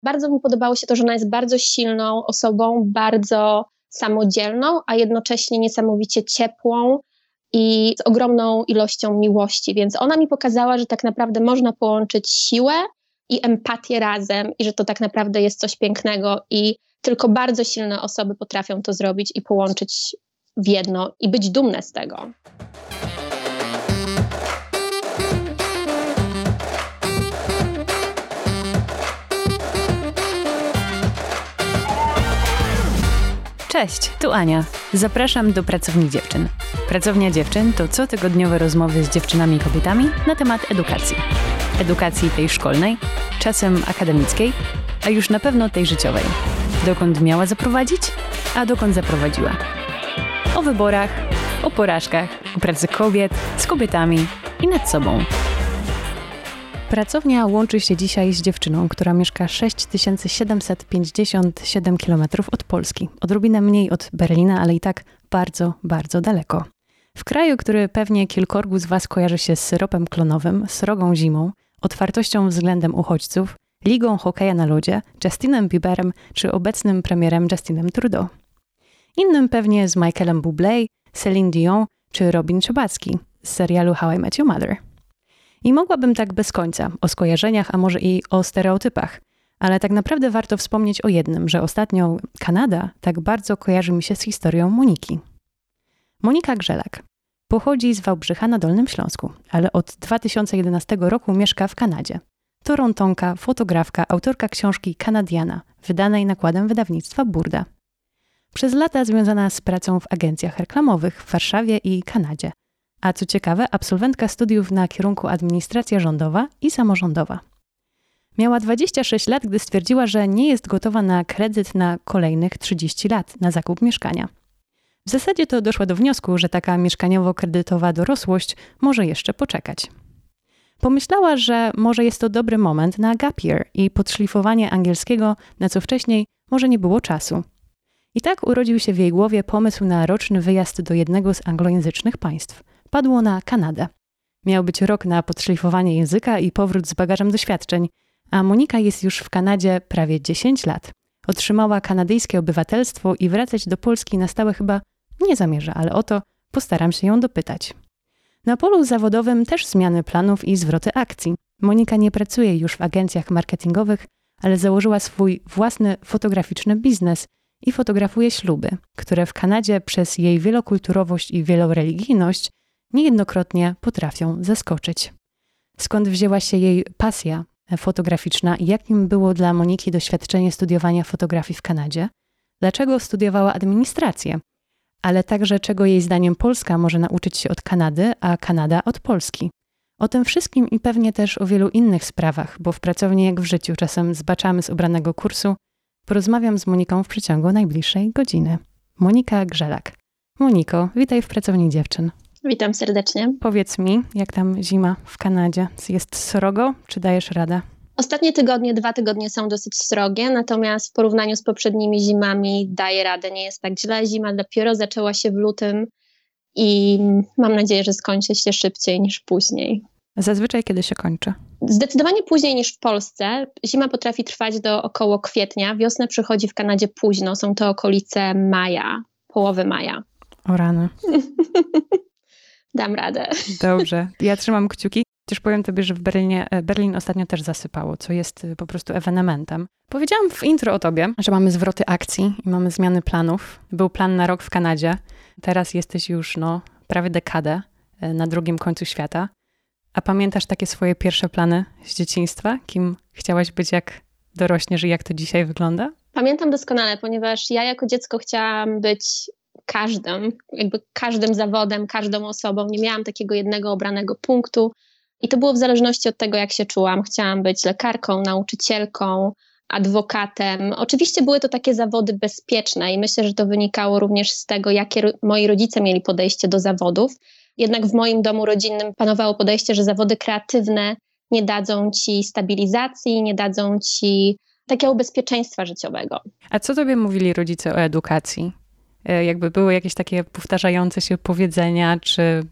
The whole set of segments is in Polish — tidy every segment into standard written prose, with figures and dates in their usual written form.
Bardzo mi podobało się to, że ona jest bardzo silną osobą, bardzo samodzielną, a jednocześnie niesamowicie ciepłą i z ogromną ilością miłości, więc ona mi pokazała, że tak naprawdę można połączyć siłę i empatię razem i że to tak naprawdę jest coś pięknego i tylko bardzo silne osoby potrafią to zrobić i połączyć w jedno i być dumne z tego. Cześć, tu Ania. Zapraszam do Pracowni Dziewczyn. Pracownia Dziewczyn to cotygodniowe rozmowy z dziewczynami i kobietami na temat edukacji. Edukacji tej szkolnej, czasem akademickiej, a już na pewno tej życiowej. Dokąd miała zaprowadzić, a dokąd zaprowadziła. O wyborach, o porażkach, o pracy kobiet, z kobietami i nad sobą. Pracownia łączy się dzisiaj z dziewczyną, która mieszka 6757 km od Polski. Odrobinę mniej od Berlina, ale i tak bardzo, bardzo daleko. W kraju, który pewnie kilkorgu z Was kojarzy się z syropem klonowym, srogą zimą, otwartością względem uchodźców, ligą hokeja na lodzie, Justinem Bieberem czy obecnym premierem Justinem Trudeau. Innym pewnie z Michaelem Bublé, Celine Dion czy Robin Szobacki z serialu How I Met Your Mother. I mogłabym tak bez końca, o skojarzeniach, a może i o stereotypach, ale tak naprawdę warto wspomnieć o jednym, że ostatnio Kanada tak bardzo kojarzy mi się z historią Moniki. Monika Grzelak pochodzi z Wałbrzycha na Dolnym Śląsku, ale od 2011 roku mieszka w Kanadzie. Torontonka, fotografka, autorka książki Kanadiana, wydanej nakładem wydawnictwa Burda. Przez lata związana z pracą w agencjach reklamowych w Warszawie i Kanadzie. A co ciekawe, absolwentka studiów na kierunku administracja rządowa i samorządowa. Miała 26 lat, gdy stwierdziła, że nie jest gotowa na kredyt na kolejnych 30 lat na zakup mieszkania. W zasadzie to doszła do wniosku, że taka mieszkaniowo-kredytowa dorosłość może jeszcze poczekać. Pomyślała, że może jest to dobry moment na gap year i podszlifowanie angielskiego, na co wcześniej może nie było czasu. I tak urodził się w jej głowie pomysł na roczny wyjazd do jednego z anglojęzycznych państw. Padło na Kanadę. Miał być rok na podszlifowanie języka i powrót z bagażem doświadczeń, a Monika jest już w Kanadzie prawie 10 lat. Otrzymała kanadyjskie obywatelstwo i wracać do Polski na stałe chyba nie zamierza, ale o to postaram się ją dopytać. Na polu zawodowym też zmiany planów i zwroty akcji. Monika nie pracuje już w agencjach marketingowych, ale założyła swój własny fotograficzny biznes i fotografuje śluby, które w Kanadzie przez jej wielokulturowość i wieloreligijność niejednokrotnie potrafią zaskoczyć. Skąd wzięła się jej pasja fotograficzna i jakim było dla Moniki doświadczenie studiowania fotografii w Kanadzie? Dlaczego studiowała administrację? Ale także czego jej zdaniem Polska może nauczyć się od Kanady, a Kanada od Polski? O tym wszystkim i pewnie też o wielu innych sprawach, bo w pracowni jak w życiu czasem zbaczamy z obranego kursu, porozmawiam z Moniką w przeciągu najbliższej godziny. Monika Grzelak. Moniko, witaj w Pracowni Dziewczyn. Witam serdecznie. Powiedz mi, jak tam zima w Kanadzie? Jest srogo, czy dajesz radę? Ostatnie tygodnie, 2 tygodnie są dosyć srogie, natomiast w porównaniu z poprzednimi zimami daję radę, nie jest tak źle. Zima dopiero zaczęła się w lutym i mam nadzieję, że skończy się szybciej niż później. Zazwyczaj kiedy się kończy? Zdecydowanie później niż w Polsce. Zima potrafi trwać do około kwietnia. Wiosna przychodzi w Kanadzie późno. Są to okolice maja, połowy maja. O rany. Dam radę. Dobrze. Ja trzymam kciuki. Też powiem tobie, że w Berlin ostatnio też zasypało, co jest po prostu ewenementem. Powiedziałam w intro o tobie, że mamy zwroty akcji i mamy zmiany planów. Był plan na rok w Kanadzie. Teraz jesteś już prawie dekadę na drugim końcu świata. A pamiętasz takie swoje pierwsze plany z dzieciństwa? Kim chciałaś być, jak dorośniesz i jak to dzisiaj wygląda? Pamiętam doskonale, ponieważ ja jako dziecko chciałam być każdym zawodem, każdą osobą. Nie miałam takiego jednego obranego punktu i to było w zależności od tego, jak się czułam. Chciałam być lekarką, nauczycielką, adwokatem. Oczywiście były to takie zawody bezpieczne i myślę, że to wynikało również z tego, jakie moi rodzice mieli podejście do zawodów. Jednak w moim domu rodzinnym panowało podejście, że zawody kreatywne nie dadzą ci stabilizacji, nie dadzą ci takiego bezpieczeństwa życiowego. A co tobie mówili rodzice o edukacji? Jakby były jakieś takie powtarzające się powiedzenia, czy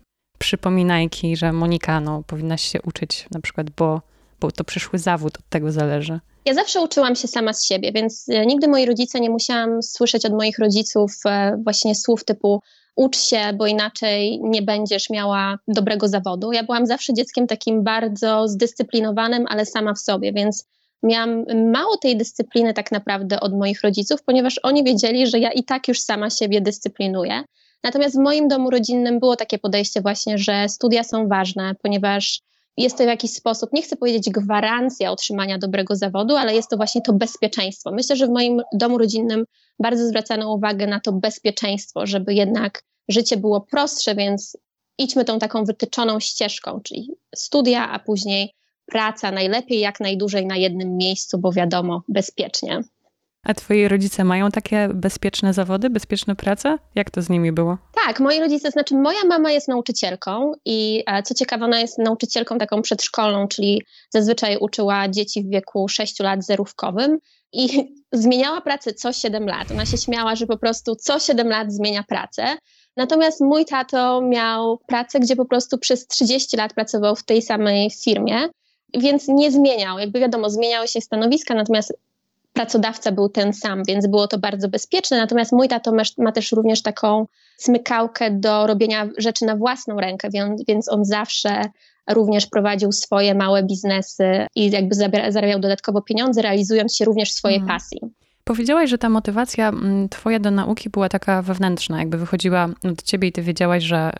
przypominajki, że Monika, powinnaś się uczyć na przykład, bo to przyszły zawód, od tego zależy. Ja zawsze uczyłam się sama z siebie, więc nigdy moi rodzice nie musiałam słyszeć od moich rodziców właśnie słów typu ucz się, bo inaczej nie będziesz miała dobrego zawodu. Ja byłam zawsze dzieckiem takim bardzo zdyscyplinowanym, ale sama w sobie, więc miałam mało tej dyscypliny tak naprawdę od moich rodziców, ponieważ oni wiedzieli, że ja i tak już sama siebie dyscyplinuję. Natomiast w moim domu rodzinnym było takie podejście właśnie, że studia są ważne, ponieważ jest to w jakiś sposób, nie chcę powiedzieć gwarancja otrzymania dobrego zawodu, ale jest to właśnie to bezpieczeństwo. Myślę, że w moim domu rodzinnym bardzo zwracano uwagę na to bezpieczeństwo, żeby jednak życie było prostsze, więc idźmy tą taką wytyczoną ścieżką, czyli studia, a później praca, najlepiej jak najdłużej na jednym miejscu, bo wiadomo, bezpiecznie. A twoi rodzice mają takie bezpieczne zawody, bezpieczne prace? Jak to z nimi było? Tak, moi rodzice, znaczy moja mama jest nauczycielką i co ciekawe, ona jest nauczycielką taką przedszkolną, czyli zazwyczaj uczyła dzieci w wieku 6 lat zerówkowym i zmieniała pracę co 7 lat. Ona się śmiała, że po prostu co 7 lat zmienia pracę. Natomiast mój tato miał pracę, gdzie po prostu przez 30 lat pracował w tej samej firmie, więc nie zmieniał. Jakby wiadomo, zmieniały się stanowiska, natomiast pracodawca był ten sam, więc było to bardzo bezpieczne. Natomiast mój tato ma też również taką smykałkę do robienia rzeczy na własną rękę, więc on zawsze również prowadził swoje małe biznesy i jakby zarabiał dodatkowo pieniądze, realizując się również w swojej pasji. Powiedziałaś, że ta motywacja twoja do nauki była taka wewnętrzna, jakby wychodziła od ciebie i ty wiedziałaś, że,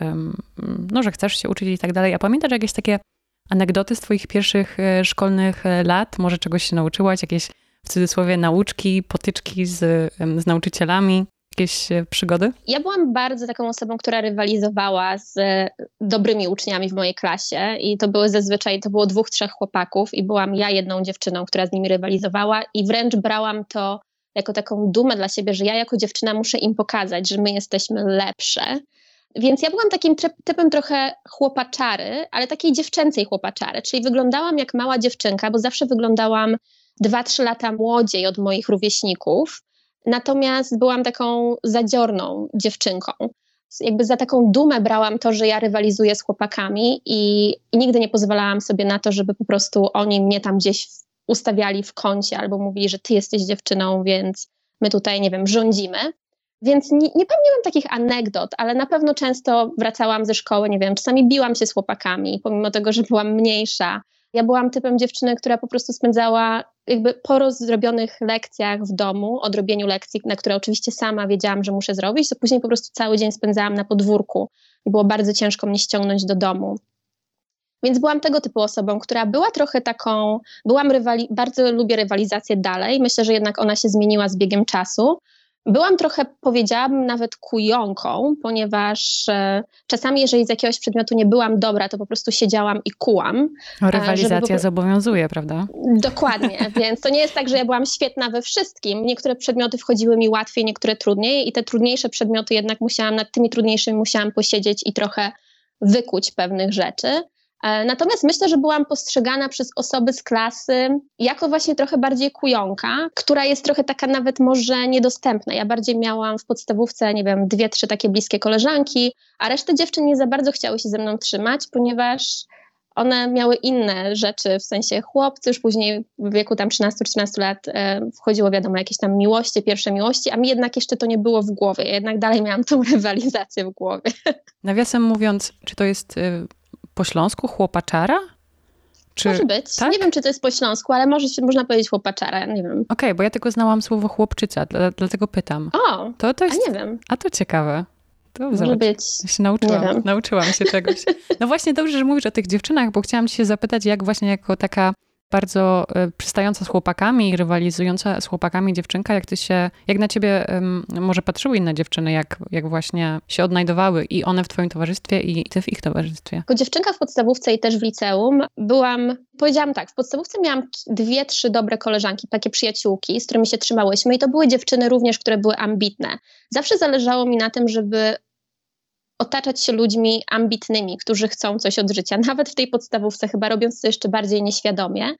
że chcesz się uczyć i tak dalej. A pamiętasz jakieś takie anegdoty z twoich pierwszych szkolnych lat? Może czegoś się nauczyłaś? Jakieś w cudzysłowie nauczki, potyczki z nauczycielami? Jakieś przygody? Ja byłam bardzo taką osobą, która rywalizowała z dobrymi uczniami w mojej klasie i to było 2-3 chłopaków i byłam ja jedną dziewczyną, która z nimi rywalizowała i wręcz brałam to jako taką dumę dla siebie, że ja jako dziewczyna muszę im pokazać, że my jesteśmy lepsze. Więc ja byłam takim typem trochę chłopaczary, ale takiej dziewczęcej chłopaczary, czyli wyglądałam jak mała dziewczynka, bo zawsze wyglądałam 2-3 lata młodziej od moich rówieśników, natomiast byłam taką zadziorną dziewczynką. Jakby za taką dumę brałam to, że ja rywalizuję z chłopakami i nigdy nie pozwalałam sobie na to, żeby po prostu oni mnie tam gdzieś ustawiali w kącie albo mówili, że ty jesteś dziewczyną, więc my tutaj, nie wiem, rządzimy. Więc nie pamiętam takich anegdot, ale na pewno często wracałam ze szkoły, nie wiem, czasami biłam się z chłopakami, pomimo tego, że byłam mniejsza. Ja byłam typem dziewczyny, która po prostu spędzała jakby po rozrobionych lekcjach w domu, odrobieniu lekcji, na które oczywiście sama wiedziałam, że muszę zrobić, to później po prostu cały dzień spędzałam na podwórku i było bardzo ciężko mnie ściągnąć do domu. Więc byłam tego typu osobą, która była trochę taką, bardzo lubię rywalizację dalej, myślę, że jednak ona się zmieniła z biegiem czasu. Byłam trochę, powiedziałabym, nawet kujonką, ponieważ czasami, jeżeli z jakiegoś przedmiotu nie byłam dobra, to po prostu siedziałam i kułam. Rywalizacja zobowiązuje, prawda? Dokładnie, więc to nie jest tak, że ja byłam świetna we wszystkim. Niektóre przedmioty wchodziły mi łatwiej, niektóre trudniej i te trudniejsze przedmioty jednak nad tymi trudniejszymi musiałam posiedzieć i trochę wykuć pewnych rzeczy. Natomiast myślę, że byłam postrzegana przez osoby z klasy jako właśnie trochę bardziej kujonka, która jest trochę taka nawet może niedostępna. Ja bardziej miałam w podstawówce, nie wiem, 2-3 takie bliskie koleżanki, a resztę dziewczyn nie za bardzo chciały się ze mną trzymać, ponieważ one miały inne rzeczy, w sensie chłopcy już później w wieku tam 13-14 lat wchodziło wiadomo jakieś tam miłości, pierwsze miłości, a mi jednak jeszcze to nie było w głowie. Ja jednak dalej miałam tą rywalizację w głowie. Nawiasem mówiąc, czy to jest po śląsku chłopaczara? Może być. Tak? Nie wiem, czy to jest po śląsku, ale można powiedzieć chłopaczara, nie wiem. Okej, bo ja tylko znałam słowo chłopczyca, dlatego pytam. O, to jest, a nie wiem. A to ciekawe. To może być. Ja się nauczyłam się czegoś. No właśnie dobrze, że mówisz o tych dziewczynach, bo chciałam ci się zapytać, jak właśnie jako taka bardzo przystająca z chłopakami, rywalizująca z chłopakami dziewczynka, jak na ciebie może patrzyły inne dziewczyny, jak właśnie się odnajdowały i one w twoim towarzystwie i ty w ich towarzystwie? Jako dziewczynka w podstawówce i też w liceum powiedziałam tak, w podstawówce miałam 2-3 dobre koleżanki, takie przyjaciółki, z którymi się trzymałyśmy i to były dziewczyny również, które były ambitne. Zawsze zależało mi na tym, żeby otaczać się ludźmi ambitnymi, którzy chcą coś od życia, nawet w tej podstawówce, chyba robiąc to jeszcze bardziej nieświadomie.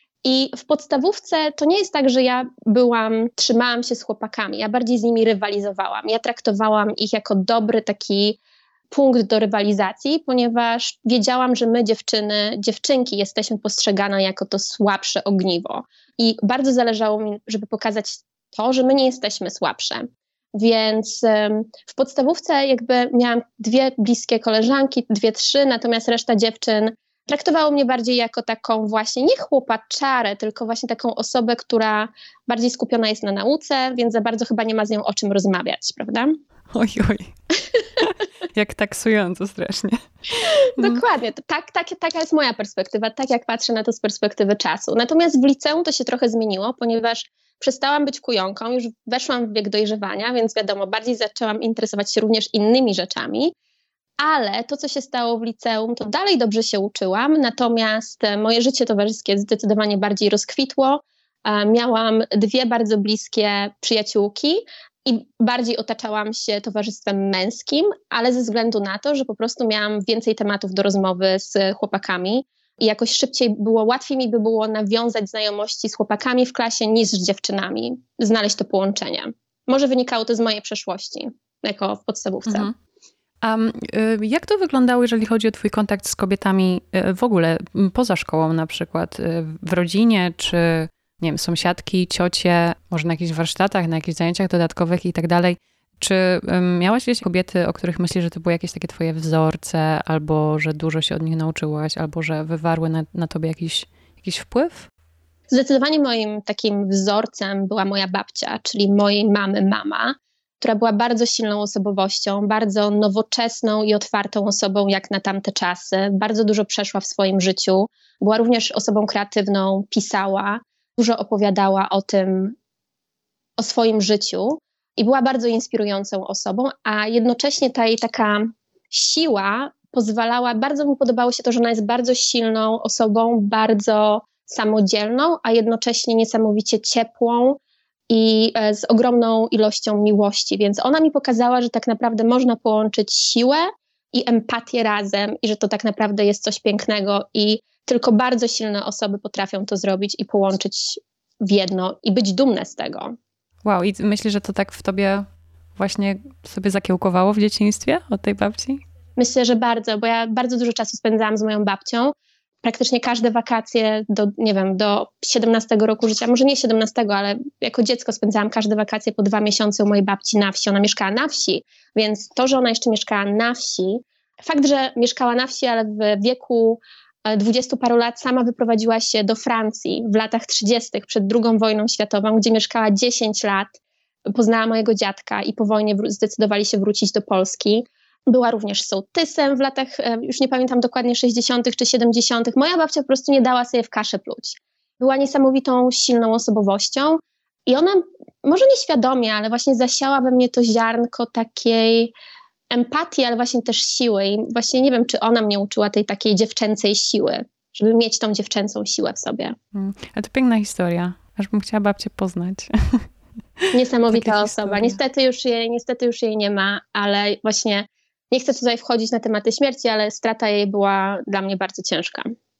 I w podstawówce to nie jest tak, że ja trzymałam się z chłopakami, ja bardziej z nimi rywalizowałam. Ja traktowałam ich jako dobry taki punkt do rywalizacji, ponieważ wiedziałam, że my dziewczynki jesteśmy postrzegane jako to słabsze ogniwo. i bardzo zależało mi, żeby pokazać to, że my nie jesteśmy słabsze. Więc w podstawówce jakby miałam 2 bliskie koleżanki, 2, 3, natomiast reszta dziewczyn traktowało mnie bardziej jako taką właśnie nie chłopaczarę, tylko właśnie taką osobę, która bardziej skupiona jest na nauce, więc za bardzo chyba nie ma z nią o czym rozmawiać, prawda? Oj. Jak taksująco strasznie. Dokładnie, taka jest moja perspektywa, tak jak patrzę na to z perspektywy czasu. Natomiast w liceum to się trochę zmieniło, ponieważ przestałam być kujonką, już weszłam w wiek dojrzewania, więc wiadomo, bardziej zaczęłam interesować się również innymi rzeczami, ale to, co się stało w liceum, to dalej dobrze się uczyłam, natomiast moje życie towarzyskie zdecydowanie bardziej rozkwitło. Miałam 2 bardzo bliskie przyjaciółki i bardziej otaczałam się towarzystwem męskim, ale ze względu na to, że po prostu miałam więcej tematów do rozmowy z chłopakami i jakoś szybciej łatwiej mi by było nawiązać znajomości z chłopakami w klasie niż z dziewczynami, znaleźć to połączenie. Może wynikało to z mojej przeszłości, jako w podstawówce. Mhm. A jak to wyglądało, jeżeli chodzi o twój kontakt z kobietami w ogóle poza szkołą, na przykład w rodzinie, czy nie wiem, sąsiadki, ciocie, może na jakichś warsztatach, na jakichś zajęciach dodatkowych i tak dalej? Czy miałaś gdzieś kobiety, o których myślisz, że to były jakieś takie twoje wzorce, albo że dużo się od nich nauczyłaś, albo że wywarły na tobie jakiś wpływ? Zdecydowanie moim takim wzorcem była moja babcia, czyli mojej mamy mama, która była bardzo silną osobowością, bardzo nowoczesną i otwartą osobą jak na tamte czasy. Bardzo dużo przeszła w swoim życiu. Była również osobą kreatywną, pisała, dużo opowiadała o swoim życiu i była bardzo inspirującą osobą, a jednocześnie ta jej taka siła pozwalała, bardzo mi podobało się to, że ona jest bardzo silną osobą, bardzo samodzielną, a jednocześnie niesamowicie ciepłą i z ogromną ilością miłości, więc ona mi pokazała, że tak naprawdę można połączyć siłę i empatię razem i że to tak naprawdę jest coś pięknego i tylko bardzo silne osoby potrafią to zrobić i połączyć w jedno i być dumne z tego. Wow, i myślisz, że to tak w tobie właśnie sobie zakiełkowało w dzieciństwie od tej babci? Myślę, że bardzo, bo ja bardzo dużo czasu spędzałam z moją babcią. Praktycznie każde wakacje do 17 roku życia, może nie 17, ale jako dziecko spędzałam każde wakacje po 2 miesiące u mojej babci na wsi. Ona mieszkała na wsi, więc to, że ona jeszcze mieszkała na wsi, fakt, że mieszkała na wsi, ale w wieku 20 paru lat sama wyprowadziła się do Francji w latach 30. przed II wojną światową, gdzie mieszkała 10 lat, poznała mojego dziadka i po wojnie zdecydowali się wrócić do Polski. Była również sołtysem w latach, już nie pamiętam dokładnie, 60. czy 70. Moja babcia po prostu nie dała sobie w kaszę pluć. Była niesamowitą, silną osobowością i ona, może nieświadomie, ale właśnie zasiała we mnie to ziarnko takiej empatii, ale właśnie też siły. I właśnie nie wiem, czy ona mnie uczyła tej takiej dziewczęcej siły, żeby mieć tą dziewczęcą siłę w sobie. Ale to piękna historia. Aż bym chciała babcię poznać. Niesamowita osoba. Niestety już jej nie ma, ale właśnie nie chcę tutaj wchodzić na tematy śmierci, ale strata jej była dla mnie bardzo ciężka.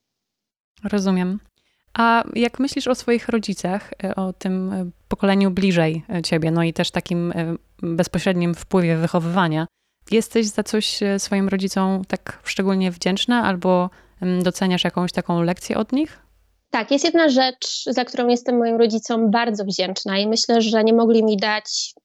Rozumiem. A jak myślisz o swoich rodzicach, o tym pokoleniu bliżej ciebie, no i też takim bezpośrednim wpływie wychowywania, jesteś za coś swoim rodzicom tak szczególnie wdzięczna albo doceniasz jakąś taką lekcję od nich? Tak, jest jedna rzecz, za którą jestem moim rodzicom bardzo wdzięczna i myślę, że nie mogli mi dać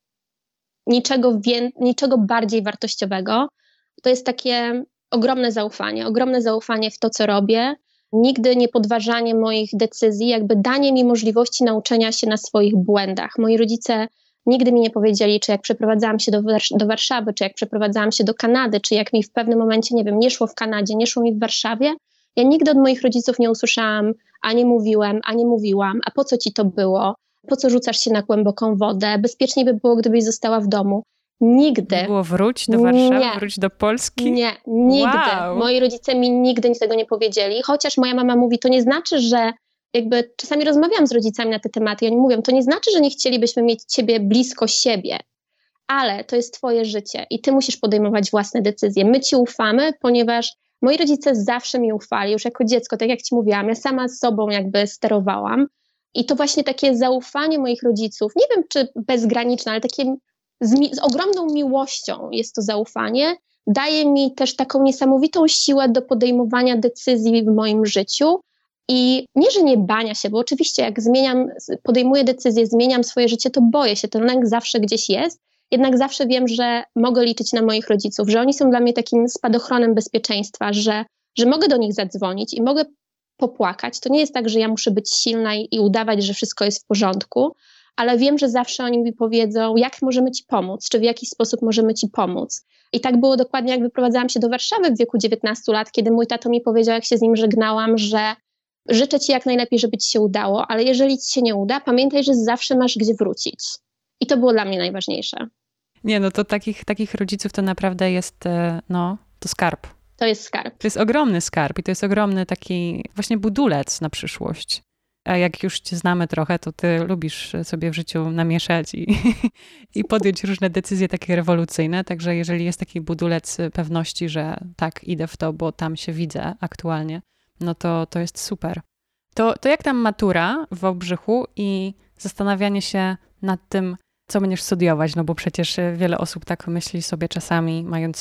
niczego bardziej wartościowego. To jest takie ogromne zaufanie w to, co robię. Nigdy nie podważanie moich decyzji, jakby danie mi możliwości nauczenia się na swoich błędach. Moi rodzice nigdy mi nie powiedzieli, czy jak przeprowadzałam się do Warszawy, czy jak przeprowadzałam się do Kanady, czy jak mi w pewnym momencie, nie wiem, nie szło w Kanadzie, nie szło mi w Warszawie. Ja nigdy od moich rodziców nie usłyszałam, ani mówiłam, a po co ci to było? Po co rzucasz się na głęboką wodę? Bezpieczniej by było, gdybyś została w domu. Nigdy. Było wróć do Warszawy, wróć do Polski? Nie, nigdy. Wow. Moi rodzice mi nigdy tego nie powiedzieli, chociaż moja mama mówi, to nie znaczy, że jakby czasami rozmawiam z rodzicami na te tematy i oni mówią, to nie znaczy, że nie chcielibyśmy mieć ciebie blisko siebie, ale to jest twoje życie i ty musisz podejmować własne decyzje. My ci ufamy, ponieważ moi rodzice zawsze mi ufali, już jako dziecko, tak jak ci mówiłam, ja sama z sobą jakby sterowałam i to właśnie takie zaufanie moich rodziców, nie wiem czy bezgraniczne, ale takie z ogromną miłością jest to zaufanie, daje mi też taką niesamowitą siłę do podejmowania decyzji w moim życiu I nie, że nie bania się, bo oczywiście jak podejmuję decyzję, zmieniam swoje życie, to boję się, ten lęk zawsze gdzieś jest, jednak zawsze wiem, że mogę liczyć na moich rodziców, że oni są dla mnie takim spadochronem bezpieczeństwa, że mogę do nich zadzwonić i mogę popłakać. To nie jest tak, że ja muszę być silna i udawać, że wszystko jest w porządku, ale wiem, że zawsze oni mi powiedzą, jak możemy ci pomóc, czy w jaki sposób możemy ci pomóc. I tak było dokładnie, jak wyprowadzałam się do Warszawy w wieku 19 lat, kiedy mój tato mi powiedział, jak się z nim żegnałam, że życzę ci jak najlepiej, żeby ci się udało, ale jeżeli ci się nie uda, pamiętaj, że zawsze masz gdzie wrócić. I to było dla mnie najważniejsze. Nie, no to takich rodziców to naprawdę jest, to skarb. To jest skarb. To jest ogromny skarb i to jest ogromny taki właśnie budulec na przyszłość. A jak już cię znamy trochę, to ty lubisz sobie w życiu namieszać i podjąć różne decyzje takie rewolucyjne. Także jeżeli jest taki budulec pewności, że tak, idę w to, bo tam się widzę aktualnie, no to jest super. To jak tam matura w Wałbrzychu i zastanawianie się nad tym, co będziesz studiować, no bo przecież wiele osób tak myśli sobie czasami, mając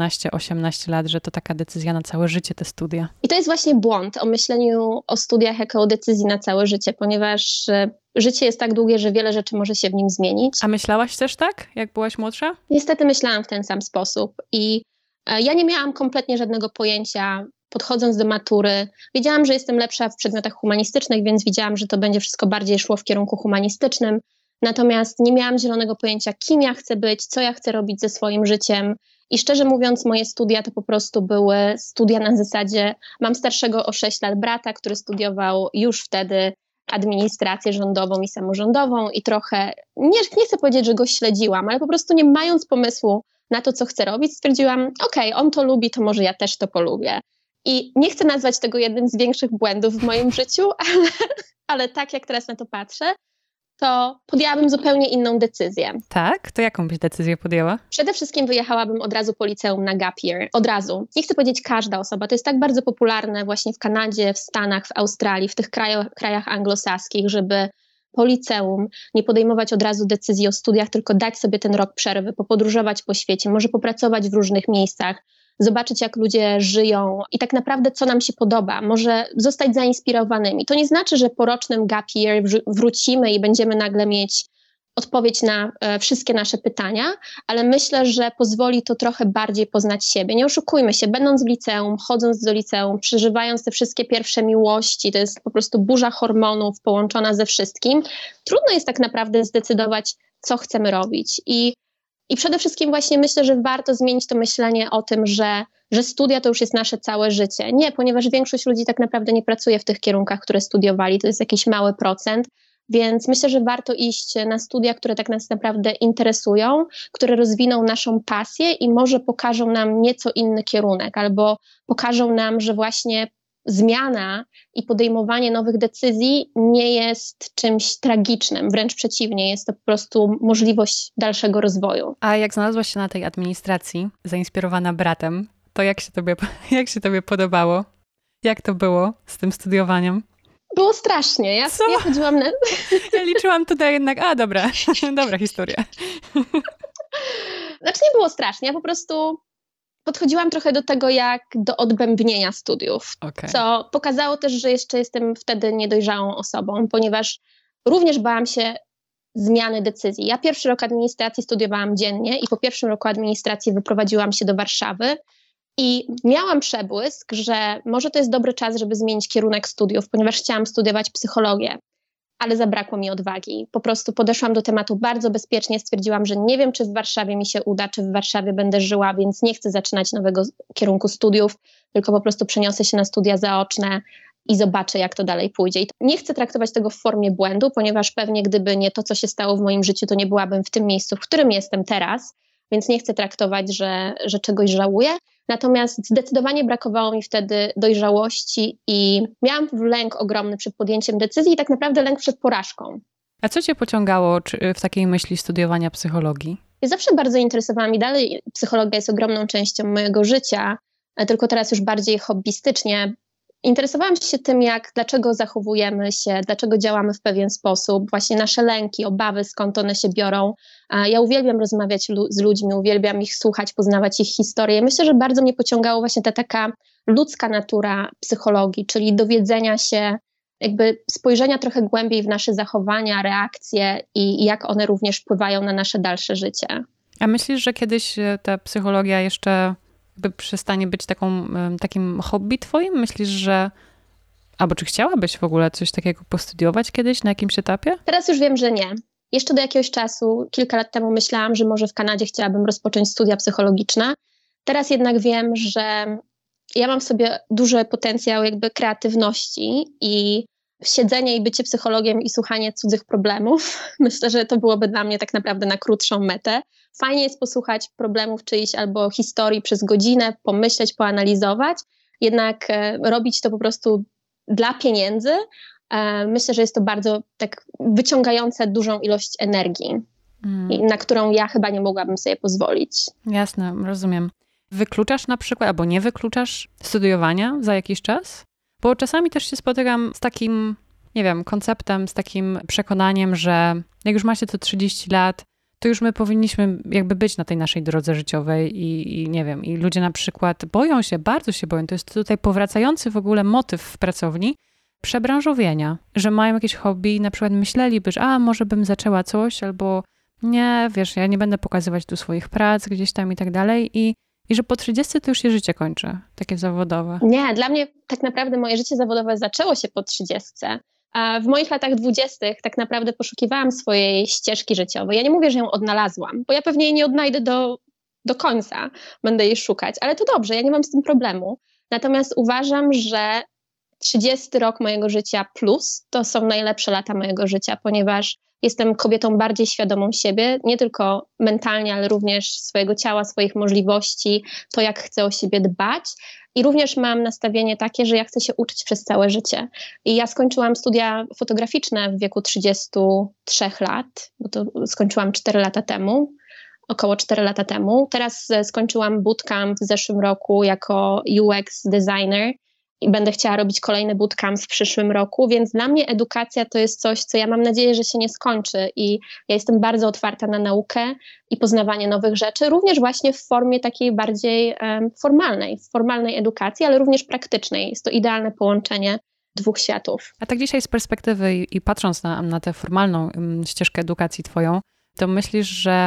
17-18 lat, że to taka decyzja na całe życie, te studia. I to jest właśnie błąd o myśleniu o studiach jako o decyzji na całe życie, ponieważ życie jest tak długie, że wiele rzeczy może się w nim zmienić. A myślałaś też tak, jak byłaś młodsza? Niestety myślałam w ten sam sposób i ja nie miałam kompletnie żadnego pojęcia, podchodząc do matury. Wiedziałam, że jestem lepsza w przedmiotach humanistycznych, więc wiedziałam, że to będzie wszystko bardziej szło w kierunku humanistycznym. Natomiast nie miałam zielonego pojęcia, kim ja chcę być, co ja chcę robić ze swoim życiem. I szczerze mówiąc, moje studia to po prostu były studia na zasadzie, mam starszego o 6 lat brata, który studiował już wtedy administrację rządową i samorządową i trochę, nie chcę powiedzieć, że go śledziłam, ale po prostu nie mając pomysłu na to, co chcę robić, stwierdziłam, okej, on to lubi, to może ja też to polubię. I nie chcę nazwać tego jednym z większych błędów w moim życiu, ale tak jak teraz na to patrzę, to podjęłabym zupełnie inną decyzję. Tak? To jaką byś decyzję podjęła? Przede wszystkim wyjechałabym od razu po liceum na gap year. Od razu. Nie chcę powiedzieć każda osoba. To jest tak bardzo popularne właśnie w Kanadzie, w Stanach, w Australii, w tych krajach anglosaskich, żeby po liceum nie podejmować od razu decyzji o studiach, tylko dać sobie ten rok przerwy, popodróżować po świecie, może popracować w różnych miejscach, zobaczyć, jak ludzie żyją i tak naprawdę, co nam się podoba. Może zostać zainspirowanymi. To nie znaczy, że po rocznym gap year wrócimy i będziemy nagle mieć odpowiedź na wszystkie nasze pytania, ale myślę, że pozwoli to trochę bardziej poznać siebie. Nie oszukujmy się, będąc w liceum, chodząc do liceum, przeżywając te wszystkie pierwsze miłości, to jest po prostu burza hormonów połączona ze wszystkim. Trudno jest tak naprawdę zdecydować, co chcemy robić. I przede wszystkim właśnie myślę, że warto zmienić to myślenie o tym, że studia to już jest nasze całe życie. Nie, ponieważ większość ludzi tak naprawdę nie pracuje w tych kierunkach, które studiowali. To jest jakiś mały procent. Więc myślę, że warto iść na studia, które tak nas naprawdę interesują, które rozwiną naszą pasję i może pokażą nam nieco inny kierunek, albo pokażą nam, że właśnie zmiana i podejmowanie nowych decyzji nie jest czymś tragicznym, wręcz przeciwnie, jest to po prostu możliwość dalszego rozwoju. A jak znalazłaś się na tej administracji, zainspirowana bratem, to jak się tobie podobało? Jak to było z tym studiowaniem? Było strasznie. Ja chodziłam na... Ja liczyłam tutaj jednak, dobra historia. Znaczy nie było strasznie, ja po prostu podchodziłam trochę do tego jak do odbębnienia studiów, co pokazało też, że jeszcze jestem wtedy niedojrzałą osobą, ponieważ również bałam się zmiany decyzji. Ja pierwszy rok administracji studiowałam dziennie i po pierwszym roku administracji wyprowadziłam się do Warszawy i miałam przebłysk, że może to jest dobry czas, żeby zmienić kierunek studiów, ponieważ chciałam studiować psychologię, ale zabrakło mi odwagi. Po prostu podeszłam do tematu bardzo bezpiecznie, stwierdziłam, że nie wiem, czy w Warszawie mi się uda, czy w Warszawie będę żyła, więc nie chcę zaczynać nowego kierunku studiów, tylko po prostu przeniosę się na studia zaoczne i zobaczę, jak to dalej pójdzie. I nie chcę traktować tego w formie błędu, ponieważ pewnie gdyby nie to, co się stało w moim życiu, to nie byłabym w tym miejscu, w którym jestem teraz, więc nie chcę traktować, że czegoś żałuję. Natomiast zdecydowanie brakowało mi wtedy dojrzałości i miałam lęk ogromny przed podjęciem decyzji i tak naprawdę lęk przed porażką. A co cię pociągało w takiej myśli studiowania psychologii? Ja zawsze bardzo interesowałam i dalej psychologia jest ogromną częścią mojego życia, tylko teraz już bardziej hobbystycznie. interesowałam się tym, dlaczego zachowujemy się, dlaczego działamy w pewien sposób, właśnie nasze lęki, obawy, skąd one się biorą. Ja uwielbiam rozmawiać z ludźmi, uwielbiam ich słuchać, poznawać ich historię. Myślę, że bardzo mnie pociągało właśnie ta taka ludzka natura psychologii, czyli dowiedzenia się, jakby spojrzenia trochę głębiej w nasze zachowania, reakcje i jak one również wpływają na nasze dalsze życie. A myślisz, że kiedyś ta psychologia jeszcze przestanie być takim hobby twoim? Myślisz, że... Albo czy chciałabyś w ogóle coś takiego postudiować kiedyś na jakimś etapie? Teraz już wiem, że nie. Jeszcze do jakiegoś czasu, kilka lat temu myślałam, że może w Kanadzie chciałabym rozpocząć studia psychologiczne. Teraz jednak wiem, że ja mam w sobie duży potencjał jakby kreatywności i siedzenie i bycie psychologiem i słuchanie cudzych problemów. Myślę, że to byłoby dla mnie tak naprawdę na krótszą metę. Fajnie jest posłuchać problemów czyichś albo historii przez godzinę, pomyśleć, poanalizować, jednak robić to po prostu dla pieniędzy. Myślę, że jest to bardzo tak wyciągające dużą ilość energii, na którą ja chyba nie mogłabym sobie pozwolić. Jasne, rozumiem. Wykluczasz na przykład, albo nie wykluczasz studiowania za jakiś czas? Bo czasami też się spotykam z takim, nie wiem, konceptem, z takim przekonaniem, że jak już macie to 30 lat, to już my powinniśmy jakby być na tej naszej drodze życiowej i nie wiem, i ludzie na przykład boją się, bardzo się boją, to jest tutaj powracający w ogóle motyw w pracowni, przebranżowienia, że mają jakieś hobby i na przykład myśleliby, że może bym zaczęła coś, albo nie, wiesz, ja nie będę pokazywać tu swoich prac gdzieś tam i tak dalej i że po 30 to już się życie kończy, takie zawodowe. Nie, dla mnie tak naprawdę moje życie zawodowe zaczęło się po 30. A w moich latach 20. tak naprawdę poszukiwałam swojej ścieżki życiowej. Ja nie mówię, że ją odnalazłam, bo ja pewnie jej nie odnajdę do końca. Będę jej szukać, ale to dobrze, ja nie mam z tym problemu. Natomiast uważam, że 30 rok mojego życia plus to są najlepsze lata mojego życia, ponieważ jestem kobietą bardziej świadomą siebie, nie tylko mentalnie, ale również swojego ciała, swoich możliwości, to jak chcę o siebie dbać. I również mam nastawienie takie, że ja chcę się uczyć przez całe życie. I ja skończyłam studia fotograficzne w wieku 33 lat, bo to skończyłam 4 lata temu, około 4 lata temu. Teraz skończyłam bootcamp w zeszłym roku jako UX designer i będę chciała robić kolejny bootcamp w przyszłym roku, więc dla mnie edukacja to jest coś, co ja mam nadzieję, że się nie skończy i ja jestem bardzo otwarta na naukę i poznawanie nowych rzeczy, również właśnie w formie takiej bardziej formalnej edukacji, ale również praktycznej. Jest to idealne połączenie dwóch światów. A tak dzisiaj z perspektywy i patrząc na tę formalną ścieżkę edukacji twoją, to myślisz,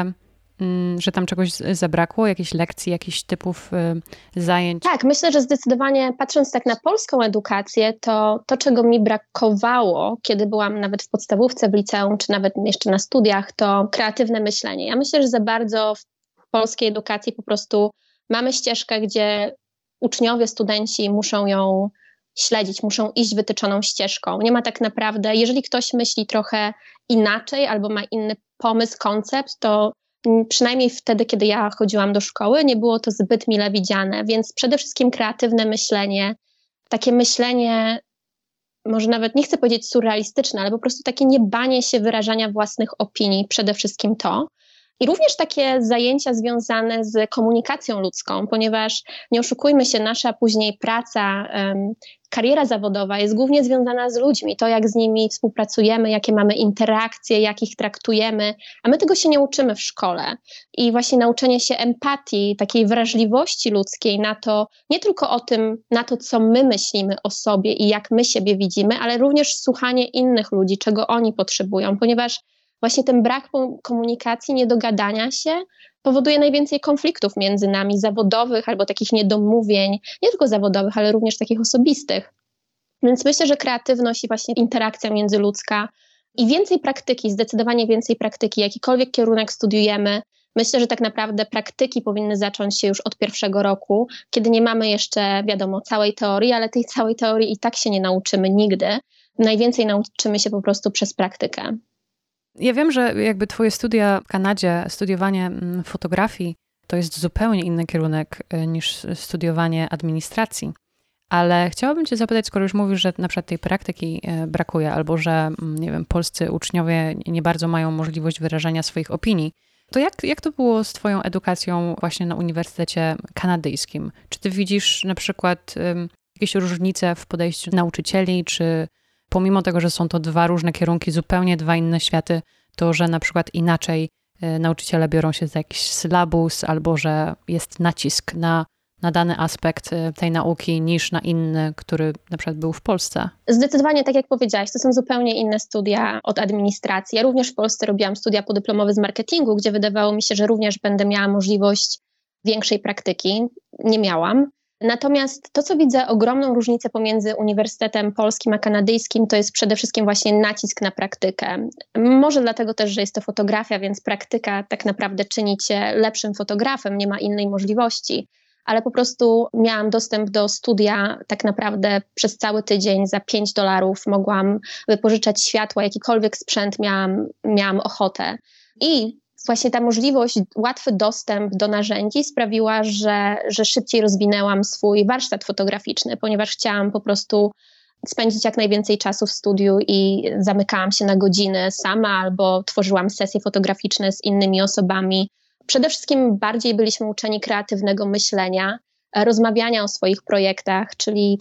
że tam czegoś zabrakło? Jakichś lekcji, jakichś typów zajęć? Tak, myślę, że zdecydowanie patrząc tak na polską edukację, to czego mi brakowało, kiedy byłam nawet w podstawówce, w liceum, czy nawet jeszcze na studiach, to kreatywne myślenie. Ja myślę, że za bardzo w polskiej edukacji po prostu mamy ścieżkę, gdzie uczniowie, studenci muszą ją śledzić, muszą iść wytyczoną ścieżką. Nie ma tak naprawdę, jeżeli ktoś myśli trochę inaczej albo ma inny pomysł, koncept, to przynajmniej wtedy, kiedy ja chodziłam do szkoły, nie było to zbyt mile widziane, więc przede wszystkim kreatywne myślenie, takie myślenie, może nawet nie chcę powiedzieć surrealistyczne, ale po prostu takie niebanie się wyrażania własnych opinii, przede wszystkim to. I również takie zajęcia związane z komunikacją ludzką, ponieważ nie oszukujmy się, nasza później praca, kariera zawodowa jest głównie związana z ludźmi, to jak z nimi współpracujemy, jakie mamy interakcje, jak ich traktujemy, a my tego się nie uczymy w szkole. I właśnie nauczenie się empatii, takiej wrażliwości ludzkiej na to, nie tylko o tym, na to, co my myślimy o sobie i jak my siebie widzimy, ale również słuchanie innych ludzi, czego oni potrzebują, ponieważ właśnie ten brak komunikacji, niedogadania się powoduje najwięcej konfliktów między nami zawodowych albo takich niedomówień, nie tylko zawodowych, ale również takich osobistych. Więc myślę, że kreatywność i właśnie interakcja międzyludzka i więcej praktyki, zdecydowanie więcej praktyki, jakikolwiek kierunek studiujemy. Myślę, że tak naprawdę praktyki powinny zacząć się już od 1. roku, kiedy nie mamy jeszcze, wiadomo, całej teorii, ale tej całej teorii i tak się nie nauczymy nigdy. Najwięcej nauczymy się po prostu przez praktykę. Ja wiem, że jakby twoje studia w Kanadzie, studiowanie fotografii, to jest zupełnie inny kierunek niż studiowanie administracji. Ale chciałabym cię zapytać, skoro już mówisz, że na przykład tej praktyki brakuje, albo że, nie wiem, polscy uczniowie nie bardzo mają możliwość wyrażania swoich opinii, to jak to było z twoją edukacją właśnie na Uniwersytecie Kanadyjskim? Czy ty widzisz na przykład jakieś różnice w podejściu nauczycieli, czy pomimo tego, że są to dwa różne kierunki, zupełnie dwa inne światy, to że na przykład inaczej nauczyciele biorą się za jakiś sylabus, albo że jest nacisk na dany aspekt tej nauki niż na inny, który na przykład był w Polsce? Zdecydowanie, tak jak powiedziałaś, to są zupełnie inne studia od administracji. Ja również w Polsce robiłam studia podyplomowe z marketingu, gdzie wydawało mi się, że również będę miała możliwość większej praktyki. Nie miałam. Natomiast to, co widzę, ogromną różnicę pomiędzy Uniwersytetem Polskim a Kanadyjskim, to jest przede wszystkim właśnie nacisk na praktykę. Może dlatego też, że jest to fotografia, więc praktyka tak naprawdę czyni cię lepszym fotografem, nie ma innej możliwości. Ale po prostu miałam dostęp do studia tak naprawdę przez cały tydzień za $5. Mogłam wypożyczać światła, jakikolwiek sprzęt miałam ochotę. I właśnie ta możliwość, łatwy dostęp do narzędzi sprawiła, że szybciej rozwinęłam swój warsztat fotograficzny, ponieważ chciałam po prostu spędzić jak najwięcej czasu w studiu i zamykałam się na godziny sama albo tworzyłam sesje fotograficzne z innymi osobami. Przede wszystkim bardziej byliśmy uczeni kreatywnego myślenia, rozmawiania o swoich projektach, czyli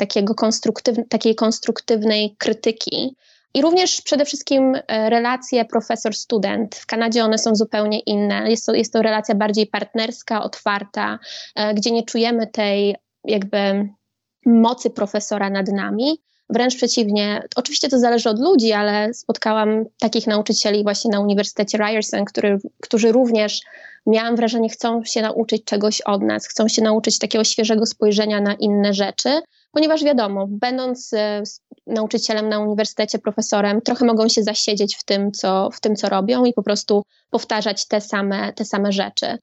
takiej konstruktywnej krytyki. I również przede wszystkim relacje profesor-student. W Kanadzie one są zupełnie inne. Jest to relacja bardziej partnerska, otwarta, gdzie nie czujemy tej jakby mocy profesora nad nami. Wręcz przeciwnie. Oczywiście to zależy od ludzi, ale spotkałam takich nauczycieli właśnie na Uniwersytecie Ryerson, którzy również, miałam wrażenie, chcą się nauczyć czegoś od nas, chcą się nauczyć takiego świeżego spojrzenia na inne rzeczy, ponieważ wiadomo, będąc nauczycielem na uniwersytecie, profesorem, trochę mogą się zasiedzieć w tym, co robią i po prostu powtarzać te same rzeczy.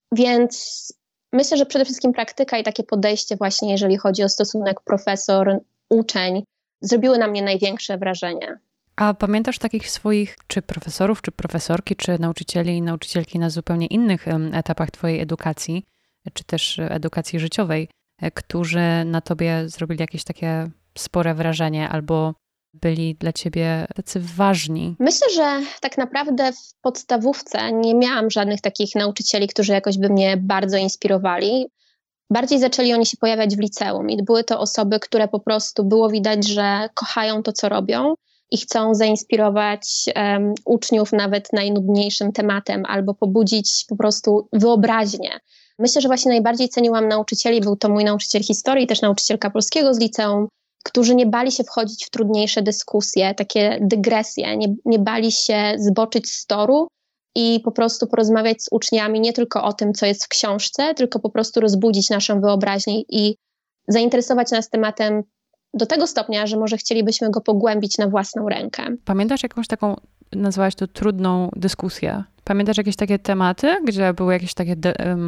Więc myślę, że przede wszystkim praktyka i takie podejście właśnie, jeżeli chodzi o stosunek profesor-uczeń, zrobiły na mnie największe wrażenie. A pamiętasz takich swoich, czy profesorów, czy profesorki, czy nauczycieli i nauczycielki na zupełnie innych etapach twojej edukacji, czy też edukacji życiowej, którzy na tobie zrobili jakieś takie spore wrażenie albo byli dla ciebie tacy ważni? Myślę, że tak naprawdę w podstawówce nie miałam żadnych takich nauczycieli, którzy jakoś by mnie bardzo inspirowali. Bardziej zaczęli oni się pojawiać w liceum i były to osoby, które po prostu było widać, że kochają to, co robią i chcą zainspirować uczniów nawet najnudniejszym tematem albo pobudzić po prostu wyobraźnię. Myślę, że właśnie najbardziej ceniłam nauczycieli, był to mój nauczyciel historii, też nauczycielka polskiego z liceum, którzy nie bali się wchodzić w trudniejsze dyskusje, takie dygresje, nie bali się zboczyć z toru i po prostu porozmawiać z uczniami nie tylko o tym, co jest w książce, tylko po prostu rozbudzić naszą wyobraźnię i zainteresować nas tematem do tego stopnia, że może chcielibyśmy go pogłębić na własną rękę. Pamiętasz jakąś taką, nazwałaś to trudną dyskusję? Pamiętasz jakieś takie tematy, gdzie były jakieś takie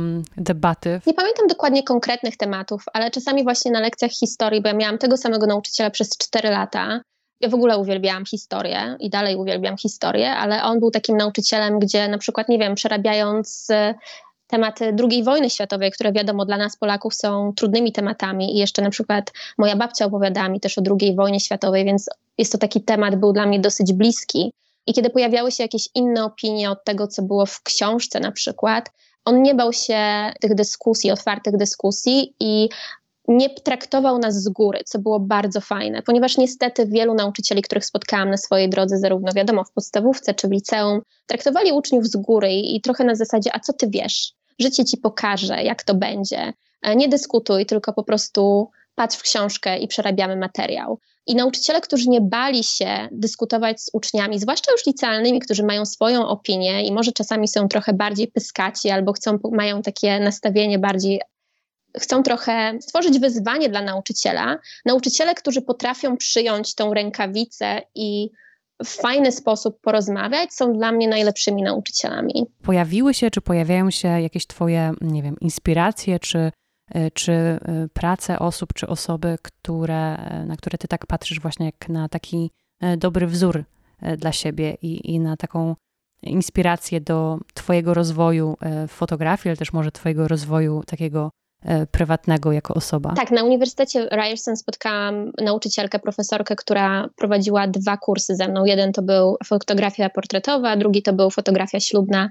debaty? Nie pamiętam dokładnie konkretnych tematów, ale czasami właśnie na lekcjach historii, bo ja miałam tego samego nauczyciela przez 4 lata. Ja w ogóle uwielbiałam historię i dalej uwielbiam historię, ale on był takim nauczycielem, gdzie na przykład, nie wiem, przerabiając tematy II wojny światowej, które wiadomo dla nas Polaków są trudnymi tematami i jeszcze na przykład moja babcia opowiadała mi też o II wojnie światowej, więc jest to taki temat, był dla mnie dosyć bliski. I kiedy pojawiały się jakieś inne opinie od tego, co było w książce na przykład, on nie bał się tych dyskusji, otwartych dyskusji i nie traktował nas z góry, co było bardzo fajne, ponieważ niestety wielu nauczycieli, których spotkałam na swojej drodze, zarówno wiadomo w podstawówce czy w liceum, traktowali uczniów z góry i trochę na zasadzie, a co ty wiesz? Życie ci pokaże, jak to będzie. Nie dyskutuj, tylko po prostu patrz w książkę i przerabiamy materiał. I nauczyciele, którzy nie bali się dyskutować z uczniami, zwłaszcza już licealnymi, którzy mają swoją opinię i może czasami są trochę bardziej pyskaci albo mają takie nastawienie bardziej, chcą trochę stworzyć wyzwanie dla nauczyciela. Nauczyciele, którzy potrafią przyjąć tą rękawicę i w fajny sposób porozmawiać, są dla mnie najlepszymi nauczycielami. Pojawiły się, czy pojawiają się jakieś twoje, nie wiem, inspiracje, czy prace osób, czy osoby, na które ty tak patrzysz właśnie jak na taki dobry wzór dla siebie i na taką inspirację do twojego rozwoju w fotografii, ale też może twojego rozwoju takiego prywatnego jako osoba? Tak, na Uniwersytecie Ryerson spotkałam nauczycielkę, profesorkę, która prowadziła 2 kursy ze mną. Jeden to był fotografia portretowa, drugi to był fotografia ślubna.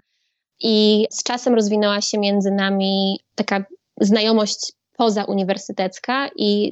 I z czasem rozwinęła się między nami taka znajomość pozauniwersytecka i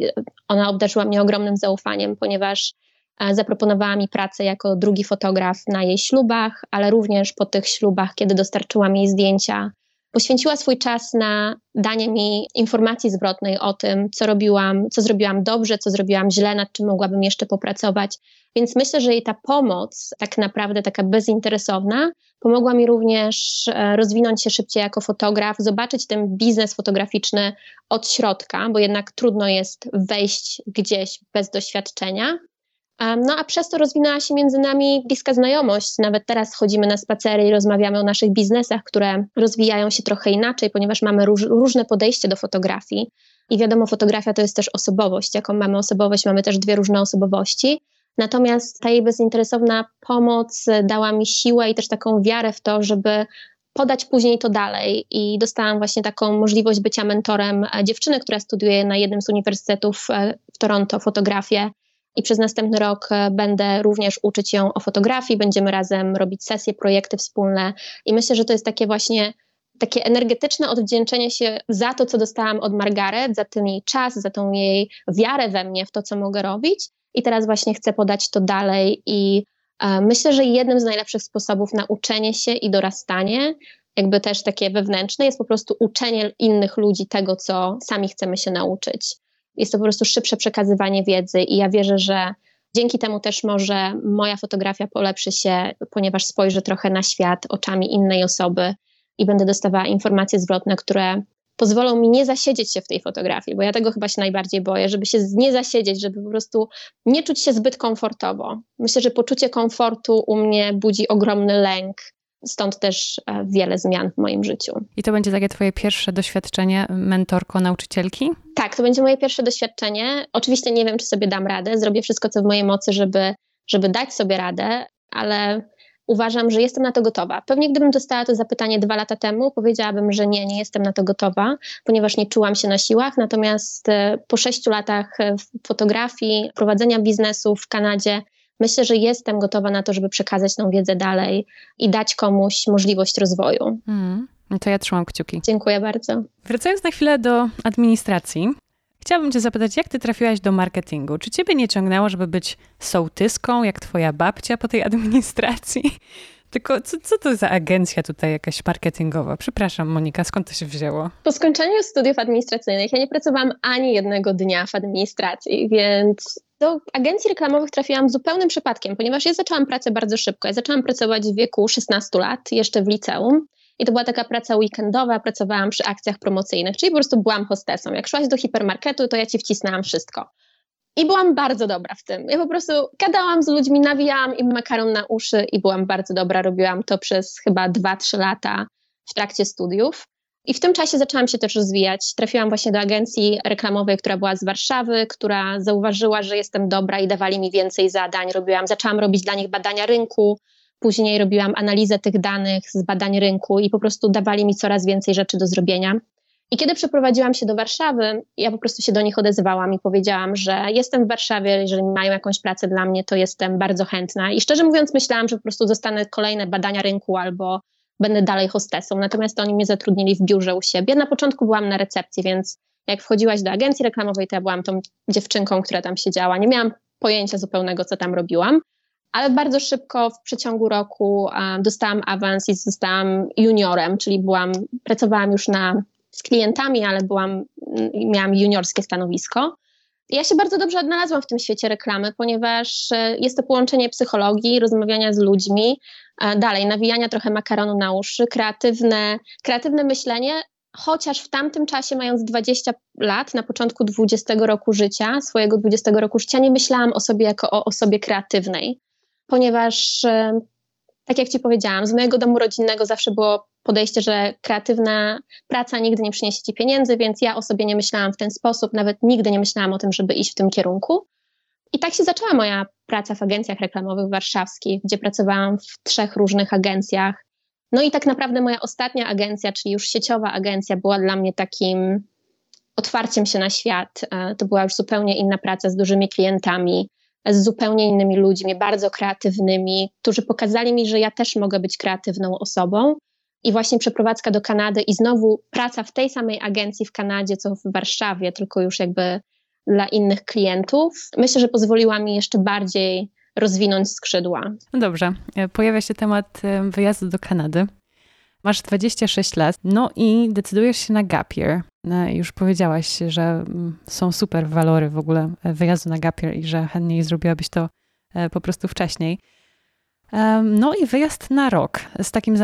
Ona obdarzyła mnie ogromnym zaufaniem, ponieważ zaproponowała mi pracę jako drugi fotograf na jej ślubach, ale również po tych ślubach, kiedy dostarczyłam jej zdjęcia. Poświęciła swój czas na danie mi informacji zwrotnej o tym, co zrobiłam dobrze, co zrobiłam źle, nad czym mogłabym jeszcze popracować. Więc myślę, że jej ta pomoc, tak naprawdę taka bezinteresowna, pomogła mi również rozwinąć się szybciej jako fotograf, zobaczyć ten biznes fotograficzny od środka, bo jednak trudno jest wejść gdzieś bez doświadczenia. No a przez to rozwinęła się między nami bliska znajomość. Nawet teraz chodzimy na spacery i rozmawiamy o naszych biznesach, które rozwijają się trochę inaczej, ponieważ mamy różne podejście do fotografii. I wiadomo, fotografia to jest też osobowość. Jaką mamy osobowość, mamy też dwie różne osobowości. Natomiast ta jej bezinteresowna pomoc dała mi siłę i też taką wiarę w to, żeby podać później to dalej. I dostałam właśnie taką możliwość bycia mentorem dziewczyny, która studiuje na jednym z uniwersytetów w Toronto fotografię. I przez następny rok będę również uczyć ją o fotografii, będziemy razem robić sesje, projekty wspólne i myślę, że to jest takie właśnie takie energetyczne odwdzięczenie się za to, co dostałam od Margaret, za ten jej czas, za tą jej wiarę we mnie, w to, co mogę robić i teraz właśnie chcę podać to dalej i myślę, że jednym z najlepszych sposobów na uczenie się i dorastanie, jakby też takie wewnętrzne, jest po prostu uczenie innych ludzi tego, co sami chcemy się nauczyć. Jest to po prostu szybsze przekazywanie wiedzy i ja wierzę, że dzięki temu też może moja fotografia polepszy się, ponieważ spojrzę trochę na świat oczami innej osoby i będę dostawała informacje zwrotne, które pozwolą mi nie zasiedzieć się w tej fotografii, bo ja tego chyba się najbardziej boję, żeby się nie zasiedzieć, żeby po prostu nie czuć się zbyt komfortowo. Myślę, że poczucie komfortu u mnie budzi ogromny lęk. Stąd też wiele zmian w moim życiu. I to będzie takie twoje pierwsze doświadczenie mentorko, nauczycielki? Tak, to będzie moje pierwsze doświadczenie. Oczywiście nie wiem, czy sobie dam radę. Zrobię wszystko, co w mojej mocy, żeby dać sobie radę, ale uważam, że jestem na to gotowa. Pewnie gdybym dostała to zapytanie 2 lata temu, powiedziałabym, że nie jestem na to gotowa, ponieważ nie czułam się na siłach. Natomiast po 6 latach fotografii, prowadzenia biznesu w Kanadzie, myślę, że jestem gotowa na to, żeby przekazać tą wiedzę dalej i dać komuś możliwość rozwoju. To ja trzymam kciuki. Dziękuję bardzo. Wracając na chwilę do administracji, chciałabym cię zapytać, jak ty trafiłaś do marketingu? Czy ciebie nie ciągnęło, żeby być sołtyską, jak twoja babcia po tej administracji? Tylko co to za agencja tutaj jakaś marketingowa? Przepraszam, Monika, skąd to się wzięło? Po skończeniu studiów administracyjnych ja nie pracowałam ani jednego dnia w administracji, więc do agencji reklamowych trafiłam zupełnym przypadkiem, ponieważ ja zaczęłam pracę bardzo szybko. Ja zaczęłam pracować w wieku 16 lat, jeszcze w liceum. I to była taka praca weekendowa, pracowałam przy akcjach promocyjnych, czyli po prostu byłam hostessą. Jak szłaś do hipermarketu, to ja ci wcisnęłam wszystko. I byłam bardzo dobra w tym. Ja po prostu gadałam z ludźmi, nawijałam im makaron na uszy i byłam bardzo dobra. Robiłam to przez chyba 2-3 lata w trakcie studiów. I w tym czasie zaczęłam się też rozwijać. Trafiłam właśnie do agencji reklamowej, która była z Warszawy, która zauważyła, że jestem dobra i dawali mi więcej zadań. Zaczęłam robić dla nich badania rynku. Później robiłam analizę tych danych z badań rynku i po prostu dawali mi coraz więcej rzeczy do zrobienia. I kiedy przeprowadziłam się do Warszawy, ja po prostu się do nich odezwałam i powiedziałam, że jestem w Warszawie, jeżeli mają jakąś pracę dla mnie, to jestem bardzo chętna. I szczerze mówiąc myślałam, że po prostu dostanę kolejne badania rynku albo będę dalej hostessą. Natomiast oni mnie zatrudnili w biurze u siebie. Na początku byłam na recepcji, więc jak wchodziłaś do agencji reklamowej, to ja byłam tą dziewczynką, która tam siedziała. Nie miałam pojęcia zupełnego, co tam robiłam. Ale bardzo szybko w przeciągu roku dostałam awans i zostałam juniorem, czyli pracowałam już z klientami, ale miałam juniorskie stanowisko. I ja się bardzo dobrze odnalazłam w tym świecie reklamy, ponieważ jest to połączenie psychologii, rozmawiania z ludźmi, dalej nawijania trochę makaronu na uszy, kreatywne myślenie, chociaż w tamtym czasie, mając 20 lat, na początku 20 roku życia, swojego 20 roku życia, nie myślałam o sobie jako o osobie kreatywnej. Ponieważ, tak jak ci powiedziałam, z mojego domu rodzinnego zawsze było podejście, że kreatywna praca nigdy nie przyniesie ci pieniędzy, więc ja o sobie nie myślałam w ten sposób, nawet nigdy nie myślałam o tym, żeby iść w tym kierunku. I tak się zaczęła moja praca w agencjach reklamowych warszawskich, gdzie pracowałam w 3 różnych agencjach. No i tak naprawdę moja ostatnia agencja, czyli już sieciowa agencja, była dla mnie takim otwarciem się na świat. To była już zupełnie inna praca z dużymi klientami, z zupełnie innymi ludźmi, bardzo kreatywnymi, którzy pokazali mi, że ja też mogę być kreatywną osobą. I właśnie przeprowadzka do Kanady i znowu praca w tej samej agencji w Kanadzie, co w Warszawie, tylko już jakby dla innych klientów, myślę, że pozwoliła mi jeszcze bardziej rozwinąć skrzydła. No dobrze, pojawia się temat wyjazdu do Kanady. Masz 26 lat, no i decydujesz się na gap year. Już powiedziałaś, że są super walory w ogóle wyjazdu na gap year i że chętniej zrobiłabyś to po prostu wcześniej. No i wyjazd na rok z takim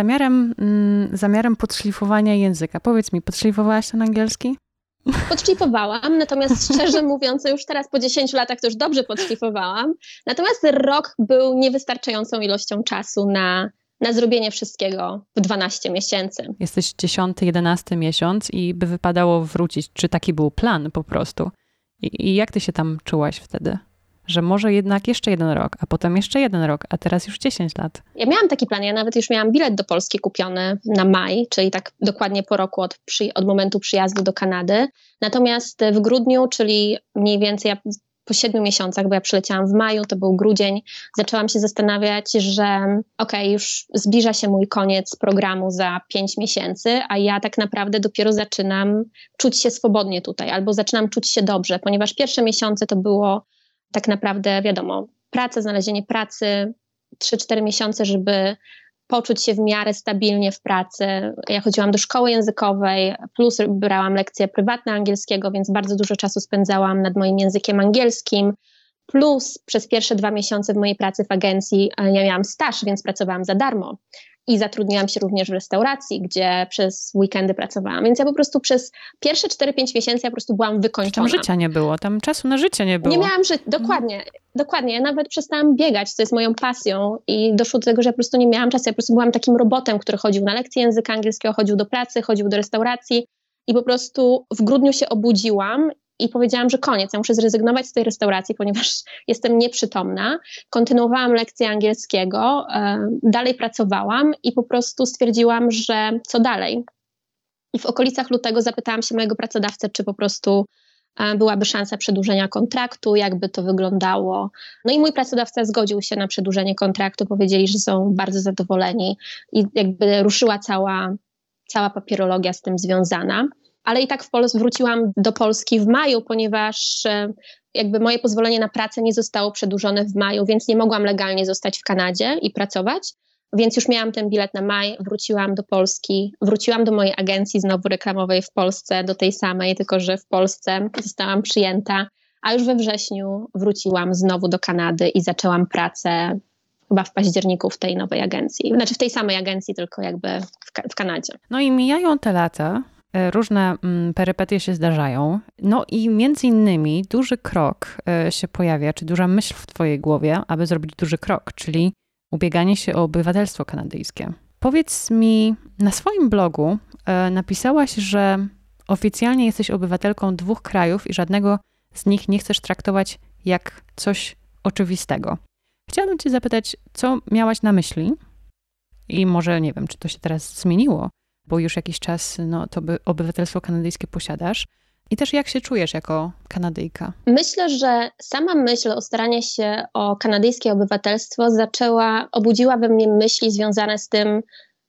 zamiarem podszlifowania języka. Powiedz mi, podszlifowałaś ten angielski? Podszlifowałam, natomiast szczerze mówiąc, już teraz po 10 latach to już dobrze podszlifowałam. Natomiast rok był niewystarczającą ilością czasu na zrobienie wszystkiego w 12 miesięcy. Jesteś 10, 11 miesiąc i by wypadało wrócić. Czy taki był plan po prostu? I jak ty się tam czułaś wtedy? Że może jednak jeszcze 1 rok, a potem jeszcze 1 rok, a teraz już 10 lat. Ja miałam taki plan, ja nawet już miałam bilet do Polski kupiony na maj, czyli tak dokładnie po roku od momentu przyjazdu do Kanady. Natomiast w grudniu, czyli mniej więcej po 7 miesiącach, bo ja przyleciałam w maju, to był grudzień, zaczęłam się zastanawiać, że już zbliża się mój koniec programu za 5 miesięcy, a ja tak naprawdę dopiero zaczynam czuć się swobodnie tutaj, albo zaczynam czuć się dobrze, ponieważ pierwsze miesiące to było tak naprawdę, wiadomo, praca, znalezienie pracy, 3-4 miesiące, żeby poczuć się w miarę stabilnie w pracy. Ja chodziłam do szkoły językowej, plus brałam lekcje prywatne angielskiego, więc bardzo dużo czasu spędzałam nad moim językiem angielskim. Plus przez pierwsze 2 miesiące w mojej pracy w agencji ja miałam staż, więc pracowałam za darmo. I zatrudniłam się również w restauracji, gdzie przez weekendy pracowałam. Więc ja po prostu przez pierwsze 4-5 miesięcy ja po prostu byłam wykończona. Tam życia nie było, tam czasu na życie nie było. Nie miałam życia, dokładnie. Ja nawet przestałam biegać, co jest moją pasją i doszło do tego, że ja po prostu nie miałam czasu. Ja po prostu byłam takim robotem, który chodził na lekcje języka angielskiego, chodził do pracy, chodził do restauracji i po prostu w grudniu się obudziłam i powiedziałam, że koniec, ja muszę zrezygnować z tej restauracji, ponieważ jestem nieprzytomna. Kontynuowałam lekcje angielskiego, dalej pracowałam i po prostu stwierdziłam, że co dalej. I w okolicach lutego zapytałam się mojego pracodawcę, czy po prostu byłaby szansa przedłużenia kontraktu, jakby to wyglądało. No i mój pracodawca zgodził się na przedłużenie kontraktu, powiedzieli, że są bardzo zadowoleni i jakby ruszyła cała papierologia z tym związana. Ale i tak wróciłam do Polski w maju, ponieważ jakby moje pozwolenie na pracę nie zostało przedłużone w maju, więc nie mogłam legalnie zostać w Kanadzie i pracować. Więc już miałam ten bilet na maj, wróciłam do Polski, wróciłam do mojej agencji znowu reklamowej w Polsce, do tej samej, tylko że w Polsce zostałam przyjęta, a już we wrześniu wróciłam znowu do Kanady i zaczęłam pracę chyba w październiku w tej nowej agencji. Znaczy w tej samej agencji, tylko jakby w Kanadzie. No i mijają te lata. Różne perypetie się zdarzają. No i między innymi duży krok się pojawia, czy duża myśl w twojej głowie, aby zrobić duży krok, czyli ubieganie się o obywatelstwo kanadyjskie. Powiedz mi, na swoim blogu napisałaś, że oficjalnie jesteś obywatelką 2 krajów i żadnego z nich nie chcesz traktować jak coś oczywistego. Chciałabym cię zapytać, co miałaś na myśli i może nie wiem, czy to się teraz zmieniło, bo już jakiś czas to obywatelstwo kanadyjskie posiadasz. I też jak się czujesz jako Kanadyjka? Myślę, że sama myśl o staraniu się o kanadyjskie obywatelstwo obudziła we mnie myśli związane z tym,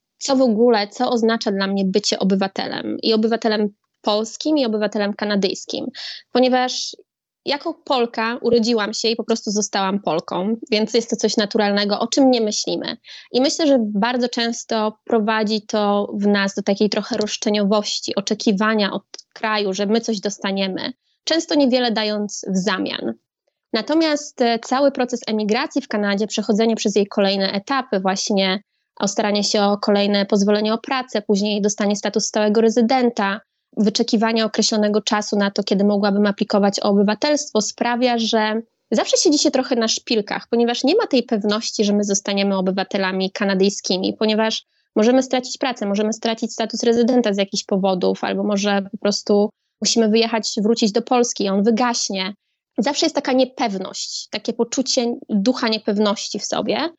co oznacza dla mnie bycie obywatelem. I obywatelem polskim, i obywatelem kanadyjskim. Ponieważ jako Polka urodziłam się i po prostu zostałam Polką, więc jest to coś naturalnego, o czym nie myślimy. I myślę, że bardzo często prowadzi to w nas do takiej trochę roszczeniowości, oczekiwania od kraju, że my coś dostaniemy, często niewiele dając w zamian. Natomiast cały proces emigracji w Kanadzie, przechodzenie przez jej kolejne etapy, właśnie o staranie się o kolejne pozwolenie o pracę, później dostanie statusu stałego rezydenta, wyczekiwania określonego czasu na to, kiedy mogłabym aplikować o obywatelstwo, sprawia, że zawsze siedzi się trochę na szpilkach, ponieważ nie ma tej pewności, że my zostaniemy obywatelami kanadyjskimi, ponieważ możemy stracić pracę, możemy stracić status rezydenta z jakichś powodów, albo może po prostu musimy wyjechać, wrócić do Polski i on wygaśnie. Zawsze jest taka niepewność, takie poczucie ducha niepewności w sobie.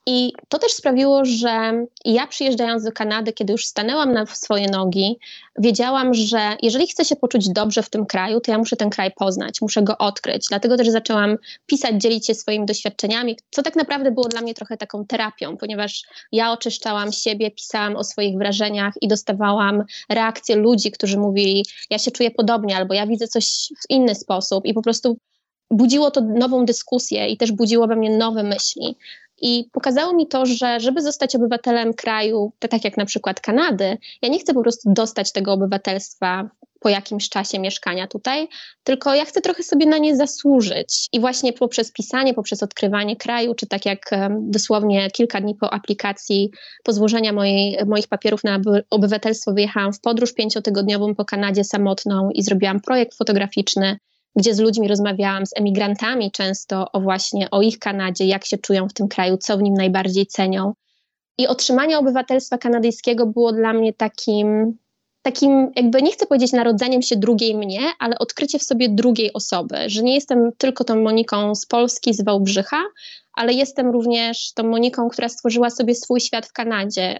I to też sprawiło, że ja przyjeżdżając do Kanady, kiedy już stanęłam na swoje nogi, wiedziałam, że jeżeli chcę się poczuć dobrze w tym kraju, to ja muszę ten kraj poznać, muszę go odkryć. Dlatego też zaczęłam pisać, dzielić się swoimi doświadczeniami, co tak naprawdę było dla mnie trochę taką terapią, ponieważ ja oczyszczałam siebie, pisałam o swoich wrażeniach i dostawałam reakcje ludzi, którzy mówili, ja się czuję podobnie albo ja widzę coś w inny sposób i po prostu budziło to nową dyskusję i też budziło we mnie nowe myśli. I pokazało mi to, że żeby zostać obywatelem kraju, tak jak na przykład Kanady, ja nie chcę po prostu dostać tego obywatelstwa po jakimś czasie mieszkania tutaj, tylko ja chcę trochę sobie na nie zasłużyć. I właśnie poprzez pisanie, poprzez odkrywanie kraju, czy tak jak dosłownie kilka dni po aplikacji, po złożeniu moich papierów na obywatelstwo, wyjechałam w podróż 5-tygodniową po Kanadzie samotną i zrobiłam projekt fotograficzny, gdzie z ludźmi rozmawiałam, z emigrantami często o ich Kanadzie, jak się czują w tym kraju, co w nim najbardziej cenią. I otrzymanie obywatelstwa kanadyjskiego było dla mnie takim jakby nie chcę powiedzieć narodzeniem się drugiej mnie, ale odkrycie w sobie drugiej osoby, że nie jestem tylko tą Moniką z Polski, z Wałbrzycha, ale jestem również tą Moniką, która stworzyła sobie swój świat w Kanadzie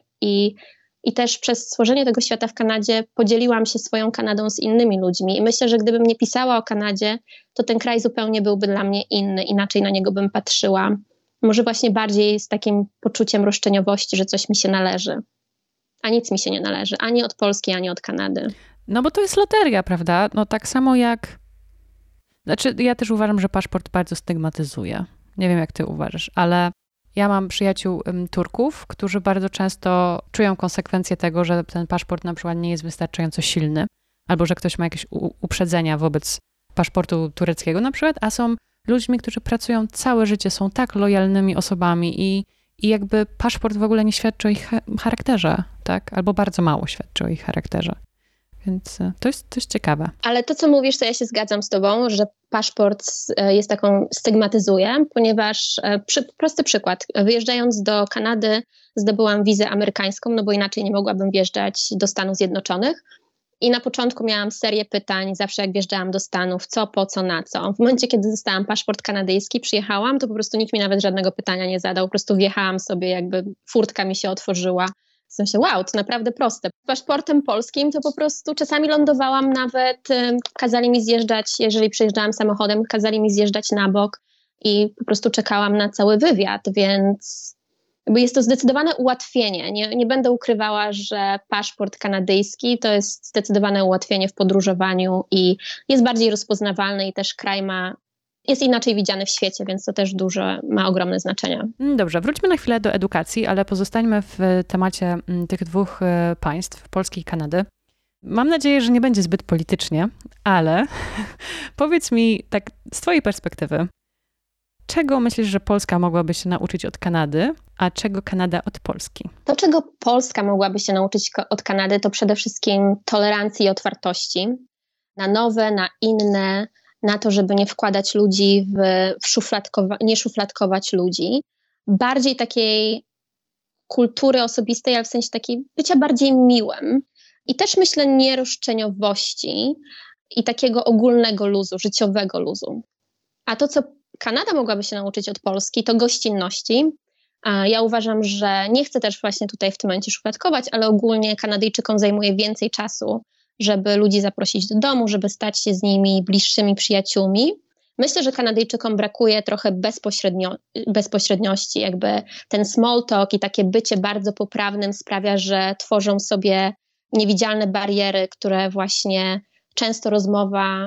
i też przez stworzenie tego świata w Kanadzie podzieliłam się swoją Kanadą z innymi ludźmi. I myślę, że gdybym nie pisała o Kanadzie, to ten kraj zupełnie byłby dla mnie inny, inaczej na niego bym patrzyła. Może właśnie bardziej z takim poczuciem roszczeniowości, że coś mi się należy. A nic mi się nie należy, ani od Polski, ani od Kanady. No bo to jest loteria, prawda? No tak samo jak... Znaczy, ja też uważam, że paszport bardzo stygmatyzuje. Nie wiem, jak ty uważasz, ale ja mam przyjaciół Turków, którzy bardzo często czują konsekwencje tego, że ten paszport na przykład nie jest wystarczająco silny, albo że ktoś ma jakieś uprzedzenia wobec paszportu tureckiego na przykład, a są ludźmi, którzy pracują całe życie, są tak lojalnymi osobami i jakby paszport w ogóle nie świadczy o ich charakterze, tak? Albo bardzo mało świadczy o ich charakterze. Więc to jest ciekawe. Ale to, co mówisz, to ja się zgadzam z tobą, że paszport jest taką stygmatyzuje, ponieważ prosty przykład. Wyjeżdżając do Kanady zdobyłam wizę amerykańską, no bo inaczej nie mogłabym wjeżdżać do Stanów Zjednoczonych. I na początku miałam serię pytań, zawsze jak wjeżdżałam do Stanów, co, po co, na co. W momencie, kiedy dostałam paszport kanadyjski, przyjechałam, to po prostu nikt mi nawet żadnego pytania nie zadał. Po prostu wjechałam sobie, jakby furtka mi się otworzyła. W sensie, wow, to naprawdę proste. Paszportem polskim to po prostu czasami lądowałam nawet, kazali mi zjeżdżać, jeżeli przejeżdżałam samochodem, kazali mi zjeżdżać na bok i po prostu czekałam na cały wywiad, więc jakby jest to zdecydowane ułatwienie. Nie będę ukrywała, że paszport kanadyjski to jest zdecydowane ułatwienie w podróżowaniu i jest bardziej rozpoznawalny i też kraj jest inaczej widziany w świecie, więc to też ma ogromne znaczenie. Dobrze, wróćmy na chwilę do edukacji, ale pozostańmy w temacie tych dwóch państw, Polski i Kanady. Mam nadzieję, że nie będzie zbyt politycznie, ale powiedz mi tak z twojej perspektywy, czego myślisz, że Polska mogłaby się nauczyć od Kanady, a czego Kanada od Polski? To, czego Polska mogłaby się nauczyć od Kanady, to przede wszystkim tolerancji i otwartości na nowe, na inne, na to, żeby nie wkładać ludzi nie szufladkować ludzi. Bardziej takiej kultury osobistej, ale w sensie takiej bycia bardziej miłym. I też myślę nieroszczeniowości i takiego ogólnego luzu, życiowego luzu. A to, co Kanada mogłaby się nauczyć od Polski, to gościnności. Ja uważam, że nie chcę też właśnie tutaj w tym momencie szufladkować, ale ogólnie Kanadyjczykom zajmuje więcej czasu, żeby ludzi zaprosić do domu, żeby stać się z nimi bliższymi przyjaciółmi. Myślę, że Kanadyjczykom brakuje trochę bezpośredniości, jakby ten small talk i takie bycie bardzo poprawnym sprawia, że tworzą sobie niewidzialne bariery, które właśnie często rozmowa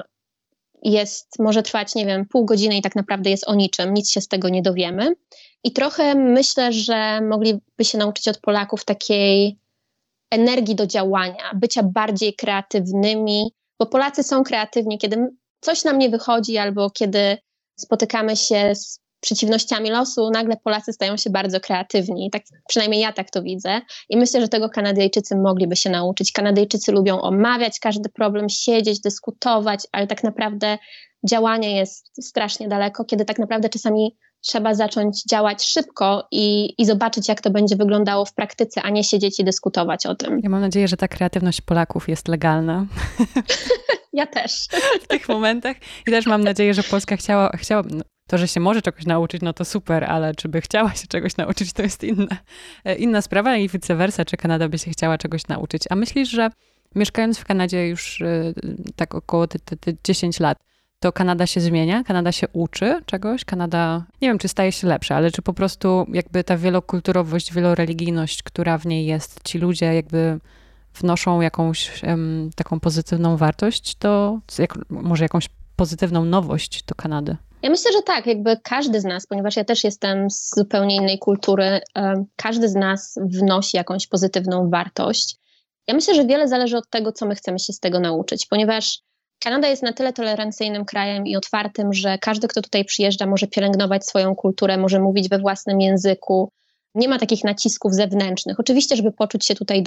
może trwać, nie wiem, pół godziny i tak naprawdę jest o niczym, nic się z tego nie dowiemy. I trochę myślę, że mogliby się nauczyć od Polaków takiej energii do działania, bycia bardziej kreatywnymi, bo Polacy są kreatywni, kiedy coś nam nie wychodzi albo kiedy spotykamy się z przeciwnościami losu, nagle Polacy stają się bardzo kreatywni. Tak, przynajmniej ja tak to widzę i myślę, że tego Kanadyjczycy mogliby się nauczyć. Kanadyjczycy lubią omawiać każdy problem, siedzieć, dyskutować, ale tak naprawdę działanie jest strasznie daleko, kiedy tak naprawdę czasami trzeba zacząć działać szybko i zobaczyć, jak to będzie wyglądało w praktyce, a nie siedzieć i dyskutować o tym. Ja mam nadzieję, że ta kreatywność Polaków jest legalna. Ja też. W tych momentach. I też mam nadzieję, że Polska chciała To, że się może czegoś nauczyć, no to super, ale czy by chciała się czegoś nauczyć, to jest inna sprawa i vice versa, czy Kanada by się chciała czegoś nauczyć. A myślisz, że mieszkając w Kanadzie już tak około te 10 lat, to Kanada się zmienia? Kanada się uczy czegoś? Kanada, nie wiem, czy staje się lepsza, ale czy po prostu jakby ta wielokulturowość, wieloreligijność, która w niej jest, ci ludzie jakby wnoszą jakąś taką pozytywną wartość, to może jakąś pozytywną nowość do Kanady? Ja myślę, że tak, jakby każdy z nas, ponieważ ja też jestem z zupełnie innej kultury, każdy z nas wnosi jakąś pozytywną wartość. Ja myślę, że wiele zależy od tego, co my chcemy się z tego nauczyć, ponieważ Kanada jest na tyle tolerancyjnym krajem i otwartym, że każdy, kto tutaj przyjeżdża, może pielęgnować swoją kulturę, może mówić we własnym języku. Nie ma takich nacisków zewnętrznych. Oczywiście, żeby poczuć się tutaj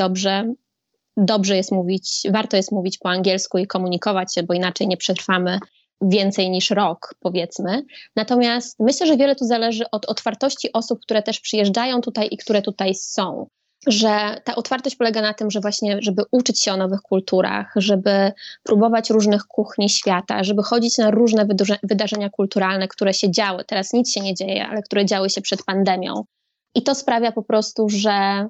dobrze jest mówić, warto jest mówić po angielsku i komunikować się, bo inaczej nie przetrwamy więcej niż rok, powiedzmy. Natomiast myślę, że wiele tu zależy od otwartości osób, które też przyjeżdżają tutaj i które tutaj są. Że ta otwartość polega na tym, że właśnie, żeby uczyć się o nowych kulturach, żeby próbować różnych kuchni świata, żeby chodzić na różne wydarzenia kulturalne, które się działy. Teraz nic się nie dzieje, ale które działy się przed pandemią. I to sprawia po prostu, że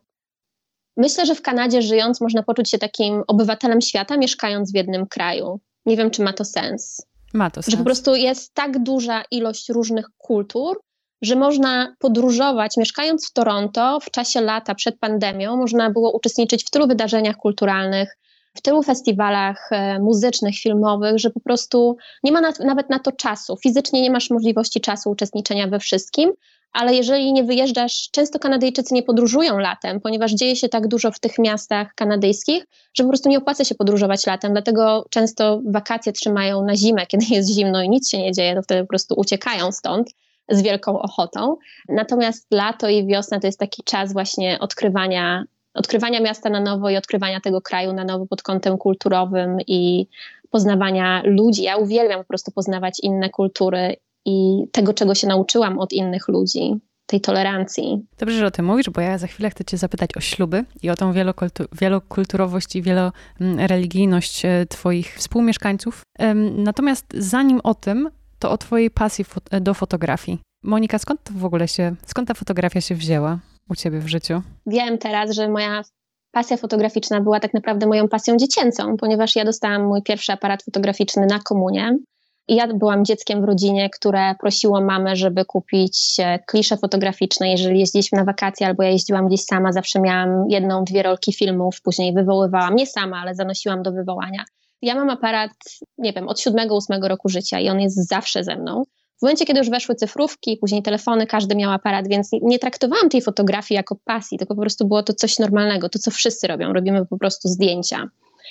myślę, że w Kanadzie żyjąc można poczuć się takim obywatelem świata, mieszkając w jednym kraju. Nie wiem, czy ma to sens. Ma to sens. Że po prostu jest tak duża ilość różnych kultur, że można podróżować, mieszkając w Toronto w czasie lata przed pandemią, można było uczestniczyć w tylu wydarzeniach kulturalnych, w tylu festiwalach muzycznych, filmowych, że po prostu nie ma nawet na to czasu. Fizycznie nie masz możliwości czasu uczestniczenia we wszystkim, ale jeżeli nie wyjeżdżasz, często Kanadyjczycy nie podróżują latem, ponieważ dzieje się tak dużo w tych miastach kanadyjskich, że po prostu nie opłaca się podróżować latem, dlatego często wakacje trzymają na zimę, kiedy jest zimno i nic się nie dzieje, to wtedy po prostu uciekają stąd z wielką ochotą. Natomiast lato i wiosna to jest taki czas właśnie odkrywania miasta na nowo i odkrywania tego kraju na nowo pod kątem kulturowym i poznawania ludzi. Ja uwielbiam po prostu poznawać inne kultury i tego, czego się nauczyłam od innych ludzi, tej tolerancji. Dobrze, że o tym mówisz, bo ja za chwilę chcę cię zapytać o śluby i o tą wielokulturowość i wieloreligijność twoich współmieszkańców. Natomiast zanim o tym, to o twojej pasji do fotografii. Monika, skąd ta fotografia się wzięła u ciebie w życiu? Wiem teraz, że moja pasja fotograficzna była tak naprawdę moją pasją dziecięcą, ponieważ ja dostałam mój pierwszy aparat fotograficzny na komunię. I ja byłam dzieckiem w rodzinie, które prosiło mamę, żeby kupić klisze fotograficzne, jeżeli jeździliśmy na wakacje albo ja jeździłam gdzieś sama, zawsze miałam 1-2 rolki filmów, później wywoływałam, nie sama, ale zanosiłam do wywołania. Ja mam aparat, nie wiem, od 7-8 roku życia i on jest zawsze ze mną. W momencie, kiedy już weszły cyfrówki, później telefony, każdy miał aparat, więc nie traktowałam tej fotografii jako pasji, tylko po prostu było to coś normalnego, to co wszyscy robią, robimy po prostu zdjęcia.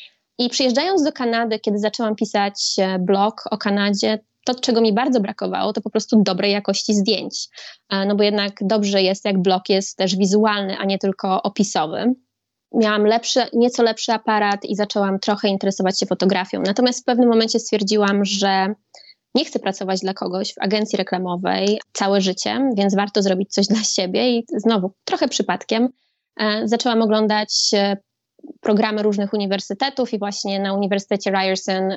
I przyjeżdżając do Kanady, kiedy zaczęłam pisać blog o Kanadzie, to, czego mi bardzo brakowało, to po prostu dobrej jakości zdjęć. No bo jednak dobrze jest, jak blog jest też wizualny, a nie tylko opisowy. Miałam nieco lepszy aparat i zaczęłam trochę interesować się fotografią. Natomiast w pewnym momencie stwierdziłam, że nie chcę pracować dla kogoś w agencji reklamowej całe życie, więc warto zrobić coś dla siebie i znowu trochę przypadkiem zaczęłam oglądać programy różnych uniwersytetów i właśnie na Uniwersytecie Ryerson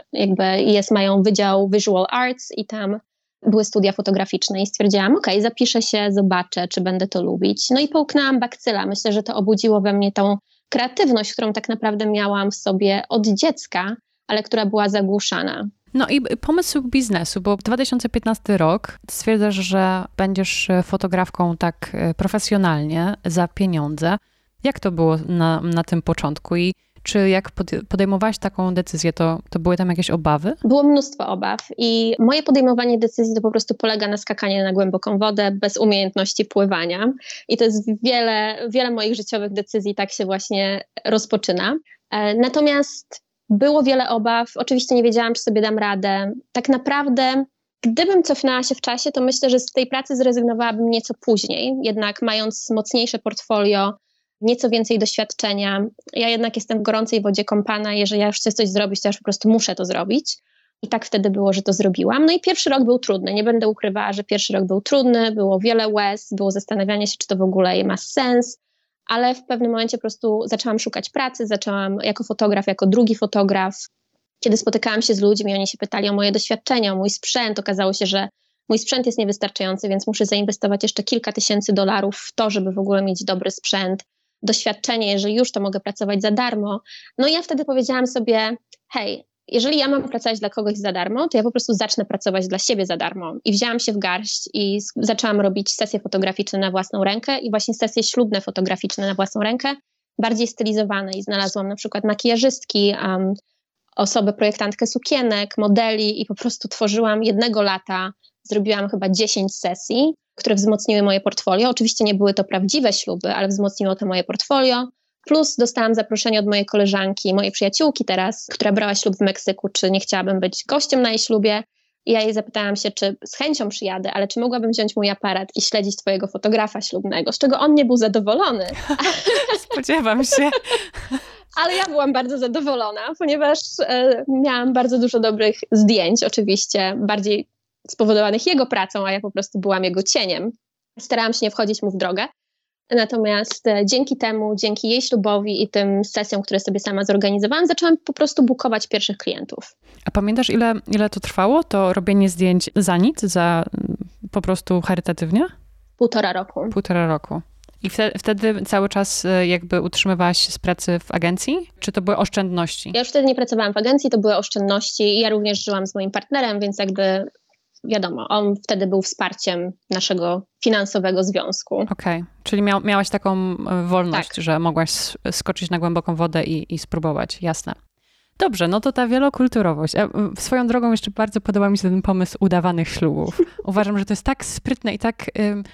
mają Wydział Visual Arts i tam były studia fotograficzne i stwierdziłam, zapiszę się, zobaczę, czy będę to lubić. No i połknęłam bakcyla. Myślę, że to obudziło we mnie tą kreatywność, którą tak naprawdę miałam w sobie od dziecka, ale która była zagłuszana. No i pomysł biznesu, bo 2015 rok stwierdzasz, że będziesz fotografką tak profesjonalnie za pieniądze. Jak to było na tym początku i czy jak podejmowałaś taką decyzję, to były tam jakieś obawy? Było mnóstwo obaw i moje podejmowanie decyzji to po prostu polega na skakaniu na głęboką wodę bez umiejętności pływania i to jest wiele moich życiowych decyzji tak się właśnie rozpoczyna. Natomiast było wiele obaw, oczywiście nie wiedziałam, czy sobie dam radę. Tak naprawdę, gdybym cofnęła się w czasie, to myślę, że z tej pracy zrezygnowałabym nieco później, jednak mając mocniejsze portfolio, nieco więcej doświadczenia. Ja jednak jestem w gorącej wodzie kąpana, jeżeli ja już chcę coś zrobić, to ja już po prostu muszę to zrobić. I tak wtedy było, że to zrobiłam. No i pierwszy rok był trudny, nie będę ukrywała, że pierwszy rok był trudny, było wiele łez, było zastanawianie się, czy to w ogóle ma sens, ale w pewnym momencie po prostu zaczęłam szukać pracy, zaczęłam jako fotograf, jako drugi fotograf. Kiedy spotykałam się z ludźmi, oni się pytali o moje doświadczenia, o mój sprzęt, okazało się, że mój sprzęt jest niewystarczający, więc muszę zainwestować jeszcze kilka tysięcy dolarów w to, żeby w ogóle mieć dobry sprzęt, doświadczenie, jeżeli już, to mogę pracować za darmo. No i ja wtedy powiedziałam sobie, hej, jeżeli ja mam pracować dla kogoś za darmo, to ja po prostu zacznę pracować dla siebie za darmo. I wzięłam się w garść i zaczęłam robić sesje fotograficzne na własną rękę i właśnie sesje ślubne fotograficzne na własną rękę, bardziej stylizowane i znalazłam na przykład makijażystki, osobę, projektantkę sukienek, modeli i po prostu tworzyłam jednego lata, zrobiłam chyba 10 sesji, które wzmocniły moje portfolio. Oczywiście nie były to prawdziwe śluby, ale wzmocniło to moje portfolio. Plus dostałam zaproszenie od mojej koleżanki, mojej przyjaciółki teraz, która brała ślub w Meksyku, czy nie chciałabym być gościem na jej ślubie. I ja jej zapytałam się, czy z chęcią przyjadę, ale czy mogłabym wziąć mój aparat i śledzić twojego fotografa ślubnego, z czego on nie był zadowolony. Spodziewam się. Ale ja byłam bardzo zadowolona, ponieważ miałam bardzo dużo dobrych zdjęć, oczywiście bardziej spowodowanych jego pracą, a ja po prostu byłam jego cieniem. Starałam się nie wchodzić mu w drogę. Natomiast dzięki temu, dzięki jej ślubowi i tym sesjom, które sobie sama zorganizowałam, zaczęłam po prostu bukować pierwszych klientów. A pamiętasz, ile to trwało, to robienie zdjęć za nic, po prostu charytatywnie? 1,5 roku. 1,5 roku. I wtedy cały czas jakby utrzymywałaś się z pracy w agencji? Czy to były oszczędności? Ja już wtedy nie pracowałam w agencji, to były oszczędności i ja również żyłam z moim partnerem, więc jakby wiadomo, on wtedy był wsparciem naszego finansowego związku. Okej, czyli miałaś taką wolność, tak, że mogłaś skoczyć na głęboką wodę i spróbować, jasne. Dobrze, no to ta wielokulturowość. Swoją drogą jeszcze bardzo podoba mi się ten pomysł udawanych ślubów. Uważam, że to jest tak sprytne i tak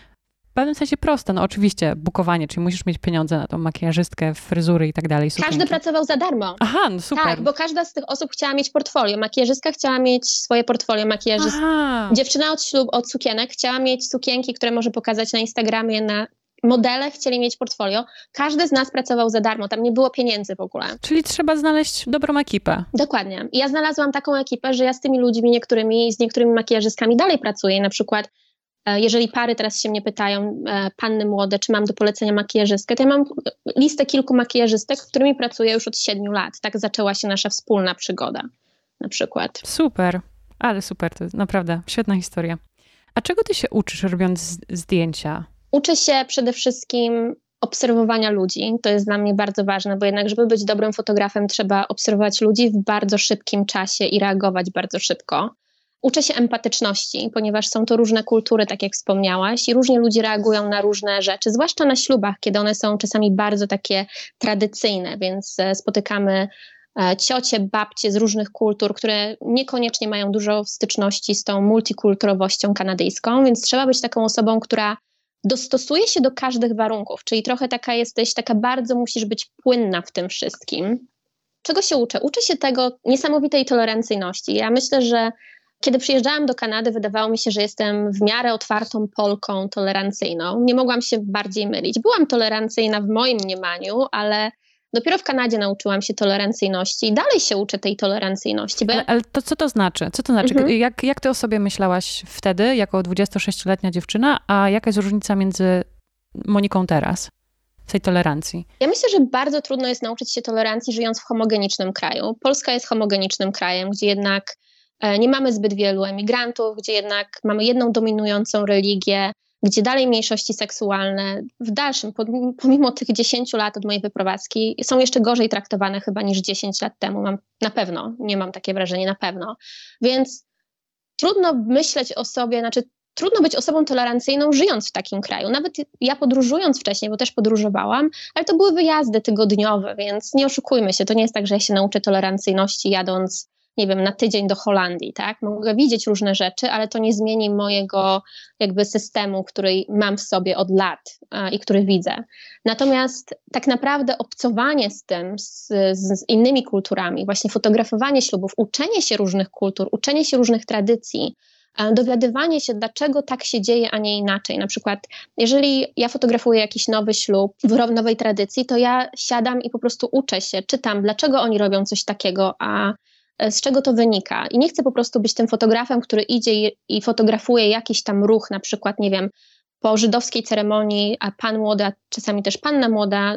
w pewnym sensie proste. No oczywiście bukowanie, czyli musisz mieć pieniądze na tą makijażystkę, fryzury i tak dalej. Każdy pracował za darmo. Aha, no super. Tak, bo każda z tych osób chciała mieć portfolio. Makijażystka chciała mieć swoje portfolio, dziewczyna od sukienek chciała mieć sukienki, które może pokazać na Instagramie, modele chcieli mieć portfolio. Każdy z nas pracował za darmo, tam nie było pieniędzy w ogóle. Czyli trzeba znaleźć dobrą ekipę. Dokładnie. I ja znalazłam taką ekipę, że ja z tymi ludźmi z niektórymi makijażystkami dalej pracuję. I na przykład jeżeli pary teraz się mnie pytają, panny młode, czy mam do polecenia makijażystkę, to ja mam listę kilku makijażystek, z którymi pracuję już od 7 lat. Tak zaczęła się nasza wspólna przygoda na przykład. Super, ale super, to jest naprawdę świetna historia. A czego ty się uczysz, robiąc zdjęcia? Uczę się przede wszystkim obserwowania ludzi. To jest dla mnie bardzo ważne, bo jednak, żeby być dobrym fotografem, trzeba obserwować ludzi w bardzo szybkim czasie i reagować bardzo szybko. Uczę się empatyczności, ponieważ są to różne kultury, tak jak wspomniałaś, i różnie ludzie reagują na różne rzeczy, zwłaszcza na ślubach, kiedy one są czasami bardzo takie tradycyjne, więc spotykamy ciocie, babcie z różnych kultur, które niekoniecznie mają dużo styczności z tą multikulturowością kanadyjską, więc trzeba być taką osobą, która dostosuje się do każdych warunków, czyli trochę taka bardzo musisz być płynna w tym wszystkim. Czego się uczę? Uczę się tego niesamowitej tolerancyjności. Ja myślę, że kiedy przyjeżdżałam do Kanady, wydawało mi się, że jestem w miarę otwartą Polką, tolerancyjną. Nie mogłam się bardziej mylić. Byłam tolerancyjna w moim mniemaniu, ale dopiero w Kanadzie nauczyłam się tolerancyjności i dalej się uczę tej tolerancyjności. Ale to co to znaczy? Co to znaczy? Jak ty o sobie myślałaś wtedy, jako 26-letnia dziewczyna, a jaka jest różnica między Moniką teraz? Tej tolerancji? Ja myślę, że bardzo trudno jest nauczyć się tolerancji, żyjąc w homogenicznym kraju. Polska jest homogenicznym krajem, gdzie jednak nie mamy zbyt wielu emigrantów, gdzie jednak mamy jedną dominującą religię, gdzie dalej mniejszości seksualne w dalszym, pomimo tych 10 lat od mojej wyprowadzki, są jeszcze gorzej traktowane chyba niż 10 lat temu. Na pewno, nie mam takie wrażenie, na pewno. Więc trudno myśleć o sobie, trudno być osobą tolerancyjną, żyjąc w takim kraju. Nawet ja podróżując wcześniej, bo też podróżowałam, ale to były wyjazdy tygodniowe, więc nie oszukujmy się, to nie jest tak, że ja się nauczę tolerancyjności jadąc, nie wiem, na tydzień do Holandii, tak? Mogę widzieć różne rzeczy, ale to nie zmieni mojego jakby systemu, który mam w sobie od lat i który widzę. Natomiast tak naprawdę obcowanie z tym, z innymi kulturami, właśnie fotografowanie ślubów, uczenie się różnych kultur, uczenie się różnych tradycji, dowiadywanie się, dlaczego tak się dzieje, a nie inaczej. Na przykład, jeżeli ja fotografuję jakiś nowy ślub w nowej tradycji, to ja siadam i po prostu uczę się, czytam, dlaczego oni robią coś takiego, a z czego to wynika. I nie chcę po prostu być tym fotografem, który idzie i fotografuje jakiś tam ruch, na przykład, nie wiem, po żydowskiej ceremonii, a pan młody, a czasami też panna młoda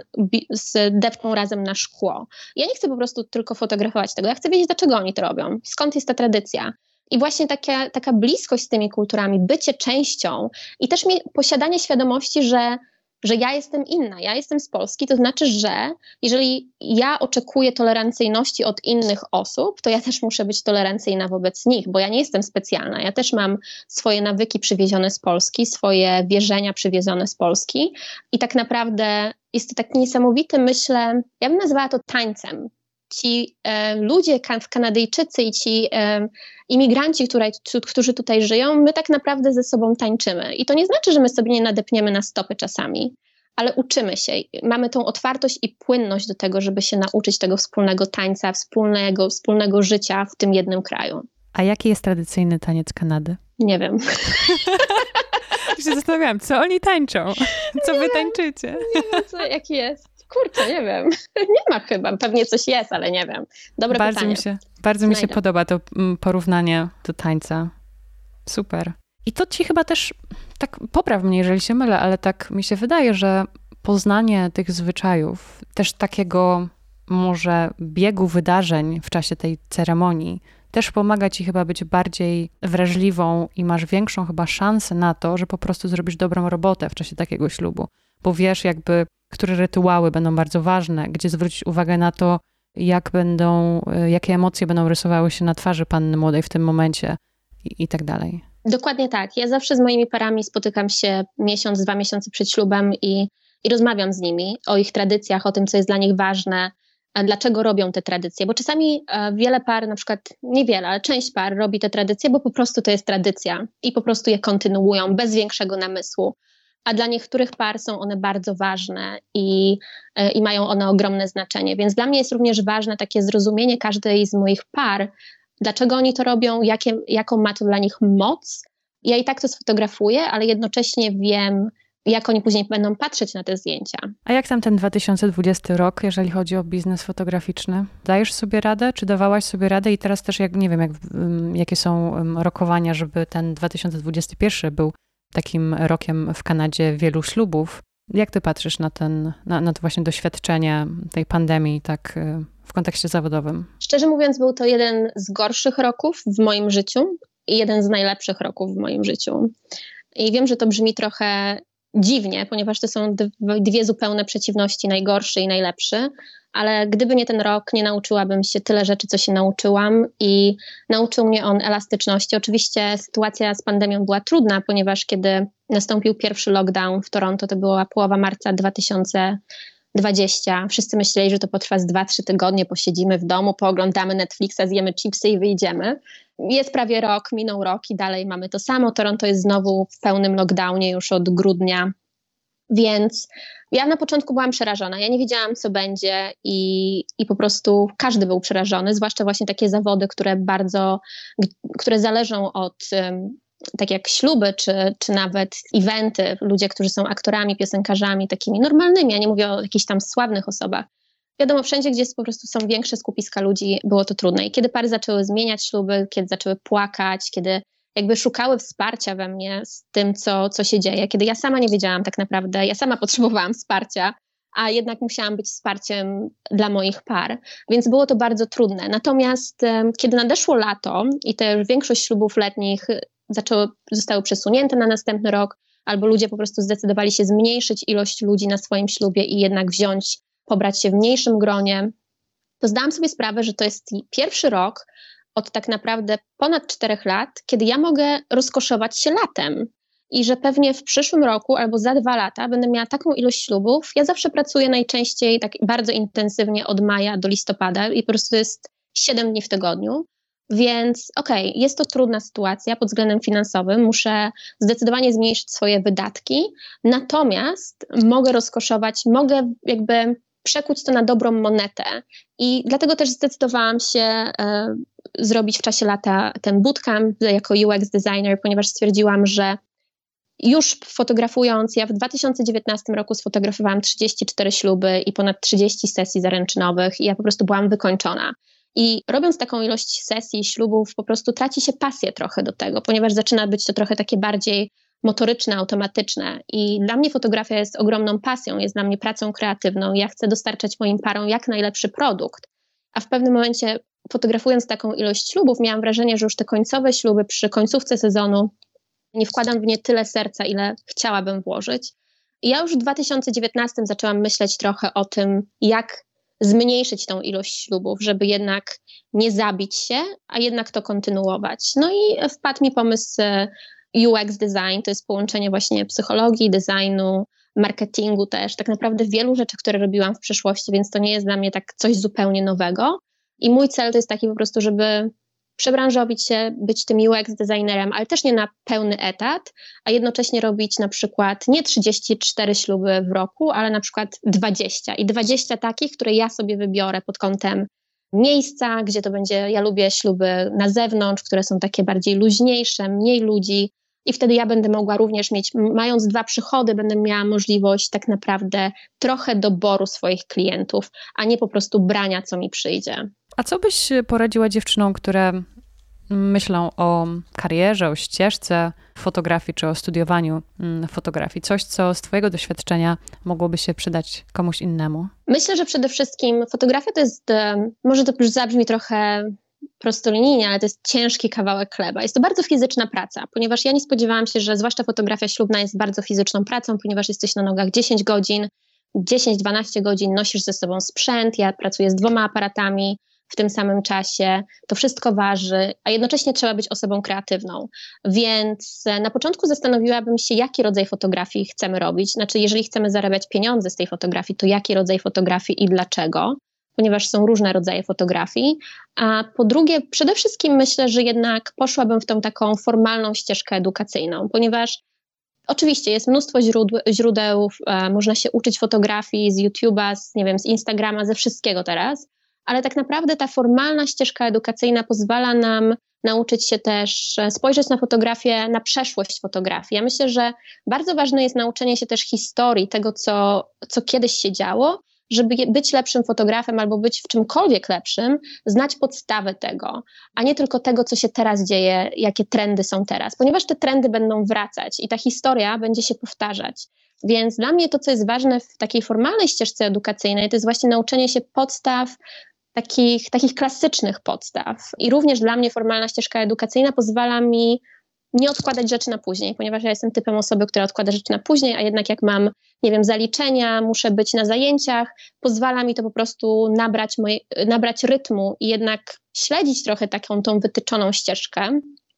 depczą razem na szkło. Ja nie chcę po prostu tylko fotografować tego, ja chcę wiedzieć, dlaczego oni to robią, skąd jest ta tradycja. I właśnie taka bliskość z tymi kulturami, bycie częścią i też posiadanie świadomości, że ja jestem inna, ja jestem z Polski, to znaczy, że jeżeli ja oczekuję tolerancyjności od innych osób, to ja też muszę być tolerancyjna wobec nich, bo ja nie jestem specjalna. Ja też mam swoje nawyki przywiezione z Polski, swoje wierzenia przywiezione z Polski i tak naprawdę jest to tak niesamowite, myślę, ja bym nazwała to tańcem. Ci ludzie, Kanadyjczycy i ci imigranci, którzy tutaj żyją, my tak naprawdę ze sobą tańczymy. I to nie znaczy, że my sobie nie nadepniemy na stopy czasami, ale uczymy się. Mamy tą otwartość i płynność do tego, żeby się nauczyć tego wspólnego tańca, wspólnego życia w tym jednym kraju. A jaki jest tradycyjny taniec Kanady? Nie wiem. Się zastanawiałam, co oni tańczą? Co wy tańczycie? Nie wiem, jaki jest. Kurczę, nie wiem. Nie ma chyba. Pewnie coś jest, ale nie wiem. Dobre pytanie. Bardzo mi się podoba to porównanie do tańca. Super. I to ci chyba też, tak popraw mnie, jeżeli się mylę, ale tak mi się wydaje, że poznanie tych zwyczajów, też takiego może biegu wydarzeń w czasie tej ceremonii, też pomaga ci chyba być bardziej wrażliwą i masz większą chyba szansę na to, że po prostu zrobisz dobrą robotę w czasie takiego ślubu. Bo wiesz jakby, które rytuały będą bardzo ważne, gdzie zwrócić uwagę na to, jakie emocje będą rysowały się na twarzy panny młodej w tym momencie i tak dalej. Dokładnie tak. Ja zawsze z moimi parami spotykam się miesiąc, 2 miesiące przed ślubem i rozmawiam z nimi o ich tradycjach, o tym, co jest dla nich ważne, dlaczego robią te tradycje. Bo czasami wiele par, na przykład niewiele, ale część par robi te tradycje, bo po prostu to jest tradycja i po prostu je kontynuują bez większego namysłu. A dla niektórych par są one bardzo ważne i mają one ogromne znaczenie. Więc dla mnie jest również ważne takie zrozumienie każdej z moich par, dlaczego oni to robią, jaką ma to dla nich moc. Ja i tak to sfotografuję, ale jednocześnie wiem, jak oni później będą patrzeć na te zdjęcia. A jak tam ten 2020 rok, jeżeli chodzi o biznes fotograficzny? Dajesz sobie radę? Czy dawałaś sobie radę? I teraz też nie wiem, jakie są rokowania, żeby ten 2021 był takim rokiem w Kanadzie wielu ślubów. Jak ty patrzysz na to właśnie doświadczenie tej pandemii tak w kontekście zawodowym? Szczerze mówiąc, był to jeden z gorszych roków w moim życiu i jeden z najlepszych roków w moim życiu. I wiem, że to brzmi trochę dziwnie, ponieważ to są dwie zupełne przeciwności, najgorszy i najlepszy, ale gdyby nie ten rok, nie nauczyłabym się tyle rzeczy, co się nauczyłam i nauczył mnie on elastyczności. Oczywiście sytuacja z pandemią była trudna, ponieważ kiedy nastąpił pierwszy lockdown w Toronto, to była połowa marca 2020. Wszyscy myśleli, że to potrwa z 2-3 tygodnie, posiedzimy w domu, pooglądamy Netflixa, zjemy chipsy i wyjdziemy. Jest prawie rok, minął rok i dalej mamy to samo. Toronto jest znowu w pełnym lockdownie już od grudnia, więc ja na początku byłam przerażona. Ja nie wiedziałam, co będzie i po prostu każdy był przerażony, zwłaszcza właśnie takie zawody, które zależą od, tak jak śluby, czy nawet eventy, ludzie, którzy są aktorami, piosenkarzami, takimi normalnymi, ja nie mówię o jakichś tam sławnych osobach. Wiadomo, wszędzie, gdzie po prostu są większe skupiska ludzi, było to trudne. I kiedy pary zaczęły zmieniać śluby, kiedy zaczęły płakać, kiedy jakby szukały wsparcia we mnie z tym, co się dzieje, kiedy ja sama nie wiedziałam tak naprawdę, ja sama potrzebowałam wsparcia, a jednak musiałam być wsparciem dla moich par, więc było to bardzo trudne. Natomiast kiedy nadeszło lato i też większość ślubów letnich zostały przesunięte na następny rok, albo ludzie po prostu zdecydowali się zmniejszyć ilość ludzi na swoim ślubie i jednak pobrać się w mniejszym gronie, to zdałam sobie sprawę, że to jest pierwszy rok od tak naprawdę ponad 4 lat, kiedy ja mogę rozkoszować się latem i że pewnie w przyszłym roku albo za 2 lata będę miała taką ilość ślubów. Ja zawsze pracuję najczęściej tak bardzo intensywnie od maja do listopada i po prostu to jest 7 dni w tygodniu. Więc jest to trudna sytuacja pod względem finansowym, muszę zdecydowanie zmniejszyć swoje wydatki, natomiast mogę rozkoszować, mogę jakby przekuć to na dobrą monetę i dlatego też zdecydowałam się zrobić w czasie lata ten bootcamp jako UX designer, ponieważ stwierdziłam, że już fotografując, ja w 2019 roku sfotografowałam 34 śluby i ponad 30 sesji zaręczynowych i ja po prostu byłam wykończona. I robiąc taką ilość sesji, ślubów, po prostu traci się pasję trochę do tego, ponieważ zaczyna być to trochę takie bardziej motoryczne, automatyczne. I dla mnie fotografia jest ogromną pasją, jest dla mnie pracą kreatywną. Ja chcę dostarczać moim parom jak najlepszy produkt. A w pewnym momencie fotografując taką ilość ślubów, miałam wrażenie, że już te końcowe śluby przy końcówce sezonu nie wkładam w nie tyle serca, ile chciałabym włożyć. I ja już w 2019 zaczęłam myśleć trochę o tym, jak zmniejszyć tą ilość ślubów, żeby jednak nie zabić się, a jednak to kontynuować. No i wpadł mi pomysł UX design, to jest połączenie właśnie psychologii, designu, marketingu też, tak naprawdę wielu rzeczy, które robiłam w przeszłości, więc to nie jest dla mnie tak coś zupełnie nowego. I mój cel to jest taki po prostu, żeby przebranżowić się, być tym UX designerem, ale też nie na pełny etat, a jednocześnie robić na przykład nie 34 śluby w roku, ale na przykład 20. I 20 takich, które ja sobie wybiorę pod kątem miejsca, gdzie to będzie, ja lubię śluby na zewnątrz, które są takie bardziej luźniejsze, mniej ludzi. I wtedy ja będę mogła również mieć, mając 2 przychody, będę miała możliwość tak naprawdę trochę doboru swoich klientów, a nie po prostu brania, co mi przyjdzie. A co byś poradziła dziewczynom, które myślą o karierze, o ścieżce fotografii, czy o studiowaniu fotografii? Coś, co z twojego doświadczenia mogłoby się przydać komuś innemu? Myślę, że przede wszystkim fotografia to jest, może to już zabrzmi trochę prostolinijnie, ale to jest ciężki kawałek chleba. Jest to bardzo fizyczna praca, ponieważ ja nie spodziewałam się, że zwłaszcza fotografia ślubna jest bardzo fizyczną pracą, ponieważ jesteś na nogach 10 godzin, 10-12 godzin nosisz ze sobą sprzęt, ja pracuję z 2 aparatami w tym samym czasie, to wszystko waży, a jednocześnie trzeba być osobą kreatywną. Więc na początku zastanowiłabym się, jaki rodzaj fotografii chcemy robić. Znaczy, jeżeli chcemy zarabiać pieniądze z tej fotografii, to jaki rodzaj fotografii i dlaczego, ponieważ są różne rodzaje fotografii. A po drugie, przede wszystkim myślę, że jednak poszłabym w tą taką formalną ścieżkę edukacyjną, ponieważ oczywiście jest mnóstwo źródeł, można się uczyć fotografii z YouTube'a, nie wiem, z Instagrama, ze wszystkiego teraz, ale tak naprawdę ta formalna ścieżka edukacyjna pozwala nam nauczyć się też spojrzeć na fotografię, na przeszłość fotografii. Ja myślę, że bardzo ważne jest nauczenie się też historii tego, co kiedyś się działo, żeby być lepszym fotografem albo być w czymkolwiek lepszym, znać podstawę tego, a nie tylko tego, co się teraz dzieje, jakie trendy są teraz, ponieważ te trendy będą wracać i ta historia będzie się powtarzać. Więc dla mnie to, co jest ważne w takiej formalnej ścieżce edukacyjnej, to jest właśnie nauczenie się podstaw, takich klasycznych podstaw. I również dla mnie formalna ścieżka edukacyjna pozwala mi nie odkładać rzeczy na później, ponieważ ja jestem typem osoby, która odkłada rzeczy na później, a jednak jak mam, nie wiem, zaliczenia, muszę być na zajęciach, pozwala mi to po prostu nabrać rytmu i jednak śledzić trochę taką tą wytyczoną ścieżkę,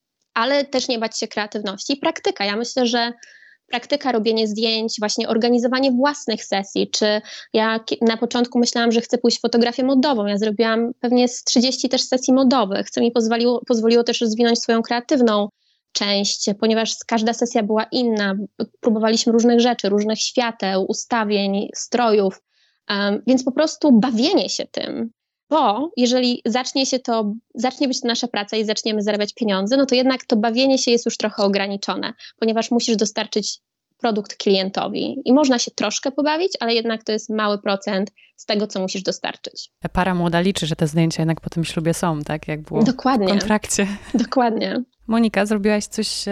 ale też nie bać się kreatywności. I praktyka. Ja myślę, że praktyka, robienie zdjęć, właśnie organizowanie własnych sesji, czy ja na początku myślałam, że chcę pójść w fotografię modową, ja zrobiłam pewnie z 30 też sesji modowych, co mi pozwoliło też rozwinąć swoją kreatywną część, ponieważ każda sesja była inna, próbowaliśmy różnych rzeczy, różnych świateł, ustawień, strojów, więc po prostu bawienie się tym, bo jeżeli zacznie być to nasza praca i zaczniemy zarabiać pieniądze, no to jednak to bawienie się jest już trochę ograniczone, ponieważ musisz dostarczyć produkt klientowi i można się troszkę pobawić, ale jednak to jest mały procent z tego, co musisz dostarczyć. Para młoda liczy, że te zdjęcia jednak po tym ślubie są, tak? Jak było Dokładnie. W kontrakcie. Dokładnie. Monika, zrobiłaś coś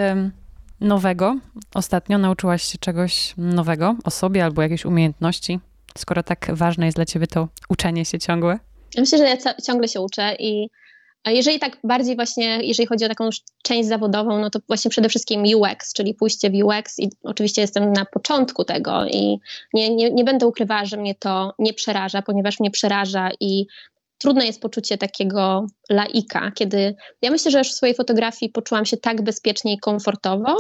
nowego ostatnio? Nauczyłaś się czegoś nowego o sobie albo jakiejś umiejętności? Skoro tak ważne jest dla ciebie to uczenie się ciągłe? Ja myślę, że ja ciągle się uczę a jeżeli tak bardziej właśnie, jeżeli chodzi o taką część zawodową, no to właśnie przede wszystkim UX, czyli pójście w UX i oczywiście jestem na początku tego i nie będę ukrywała, że mnie to nie przeraża, ponieważ mnie przeraża i trudne jest poczucie takiego laika, kiedy ja myślę, że już w swojej fotografii poczułam się tak bezpiecznie i komfortowo,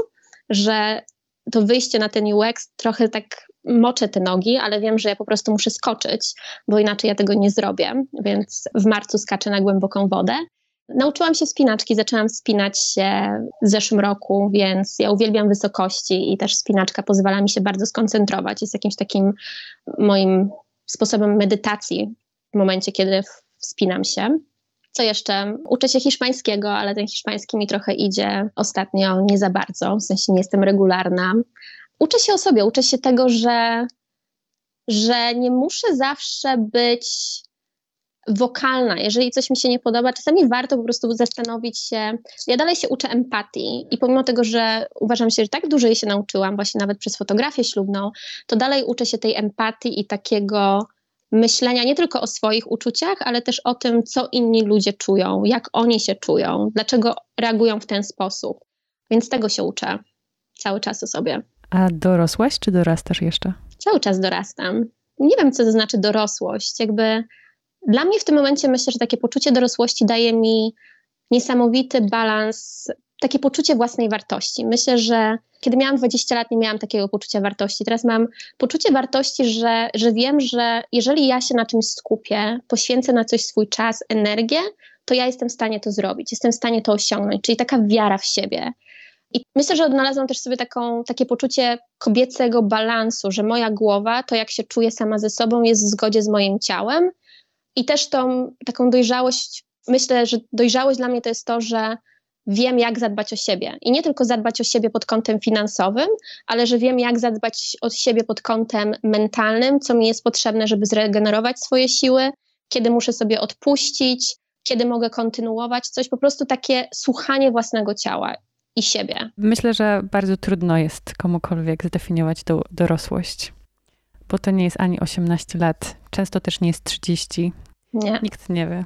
że to wyjście na ten UX trochę tak moczę te nogi, ale wiem, że ja po prostu muszę skoczyć, bo inaczej ja tego nie zrobię, więc w marcu skaczę na głęboką wodę. Nauczyłam się wspinaczki, zaczęłam wspinać się w zeszłym roku, więc ja uwielbiam wysokości i też wspinaczka pozwala mi się bardzo skoncentrować. Jest jakimś takim moim sposobem medytacji w momencie, kiedy wspinam się. Co jeszcze? Uczę się hiszpańskiego, ale ten hiszpański mi trochę idzie ostatnio nie za bardzo, w sensie nie jestem regularna. Uczę się o sobie, uczę się tego, że nie muszę zawsze być wokalna. Jeżeli coś mi się nie podoba, czasami warto po prostu zastanowić się. Ja dalej się uczę empatii i pomimo tego, że uważam się, że tak dużo jej się nauczyłam, właśnie nawet przez fotografię ślubną, to dalej uczę się tej empatii i takiego myślenia nie tylko o swoich uczuciach, ale też o tym, co inni ludzie czują, jak oni się czują, dlaczego reagują w ten sposób. Więc tego się uczę cały czas o sobie. A dorosłaś, czy dorastasz jeszcze? Cały czas dorastam. Nie wiem, co to znaczy dorosłość. Dla mnie w tym momencie myślę, że takie poczucie dorosłości daje mi niesamowity balans, takie poczucie własnej wartości. Myślę, że kiedy miałam 20 lat, nie miałam takiego poczucia wartości. Teraz mam poczucie wartości, że wiem, że jeżeli ja się na czymś skupię, poświęcę na coś swój czas, energię, to ja jestem w stanie to zrobić, jestem w stanie to osiągnąć, czyli taka wiara w siebie. I myślę, że odnalazłam też sobie takie poczucie kobiecego balansu, że moja głowa, to jak się czuję sama ze sobą, jest w zgodzie z moim ciałem. I też taką dojrzałość, myślę, że dojrzałość dla mnie to jest to, że wiem, jak zadbać o siebie. I nie tylko zadbać o siebie pod kątem finansowym, ale że wiem, jak zadbać o siebie pod kątem mentalnym, co mi jest potrzebne, żeby zregenerować swoje siły, kiedy muszę sobie odpuścić, kiedy mogę kontynuować coś. Po prostu takie słuchanie własnego ciała i siebie. Myślę, że bardzo trudno jest komukolwiek zdefiniować dorosłość, bo to nie jest ani 18 lat, często też nie jest 30. Nie. Nikt nie wie.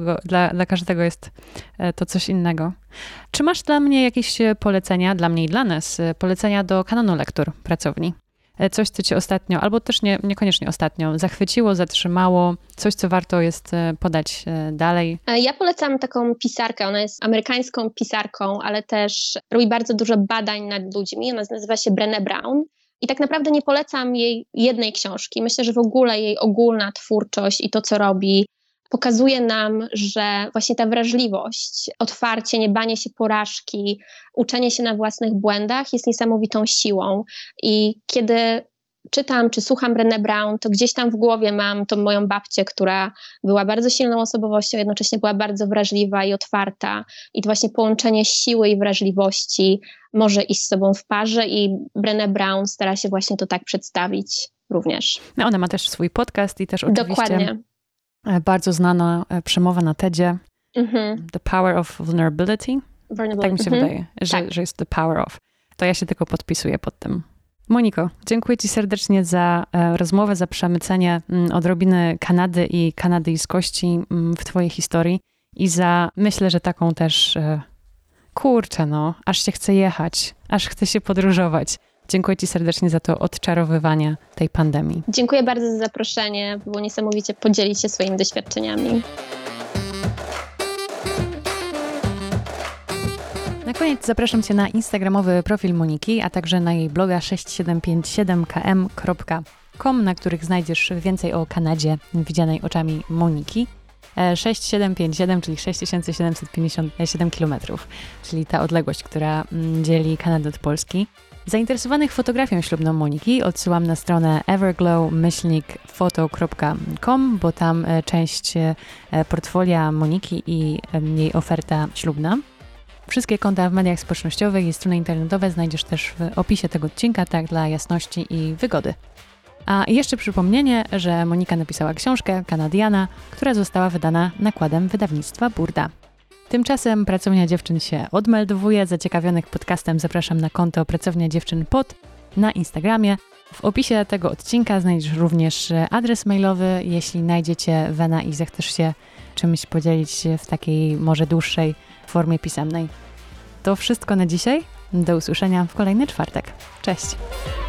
Dla każdego jest to coś innego. Czy masz dla mnie jakieś polecenia, dla mnie i dla nas, polecenia do kanonu lektur pracowni? Coś, co cię ostatnio, albo też niekoniecznie ostatnio, zachwyciło, zatrzymało, coś, co warto jest podać dalej? Ja polecam taką pisarkę, ona jest amerykańską pisarką, ale też robi bardzo dużo badań nad ludźmi. Ona nazywa się Brené Brown. I tak naprawdę nie polecam jej jednej książki. Myślę, że w ogóle jej ogólna twórczość i to, co robi, pokazuje nam, że właśnie ta wrażliwość, otwarcie, nie banie się porażki, uczenie się na własnych błędach jest niesamowitą siłą. I kiedy czytam czy słucham Brené Brown, to gdzieś tam w głowie mam tą moją babcię, która była bardzo silną osobowością, jednocześnie była bardzo wrażliwa i otwarta. I to właśnie połączenie siły i wrażliwości może iść z sobą w parze i Brené Brown stara się właśnie to tak przedstawić również. No, ona ma też swój podcast i też oczywiście Dokładnie. Bardzo znana przemowa na TEDzie. The Power of Vulnerability. Tak mi się wydaje, że jest The Power of. To ja się tylko podpisuję pod tym. Moniko, dziękuję ci serdecznie za rozmowę, za przemycenie odrobiny Kanady i kanadyjskości w twojej historii i za, myślę, że taką też, aż się chce jechać, aż chce się podróżować. Dziękuję ci serdecznie za to odczarowywanie tej pandemii. Dziękuję bardzo za zaproszenie. Było niesamowicie podzielić się swoimi doświadczeniami. Na koniec zapraszam cię na instagramowy profil Moniki, a także na jej bloga 6757km.com, na których znajdziesz więcej o Kanadzie widzianej oczami Moniki. 6757, czyli 6757 km, czyli ta odległość, która dzieli Kanadę od Polski. Zainteresowanych fotografią ślubną Moniki odsyłam na stronę everglow-photo.com, bo tam część portfolia Moniki i jej oferta ślubna. Wszystkie konta w mediach społecznościowych i strony internetowe znajdziesz też w opisie tego odcinka, tak dla jasności i wygody. A jeszcze przypomnienie, że Monika napisała książkę Kanadiana, która została wydana nakładem wydawnictwa Burda. Tymczasem Pracownia Dziewczyn się odmeldowuje. Zaciekawionych podcastem zapraszam na konto Pracownia Dziewczyn pod na Instagramie. W opisie tego odcinka znajdziesz również adres mailowy, jeśli znajdziecie wena i zechcesz się czymś podzielić w takiej może dłuższej formie pisemnej. To wszystko na dzisiaj. Do usłyszenia w kolejny czwartek. Cześć!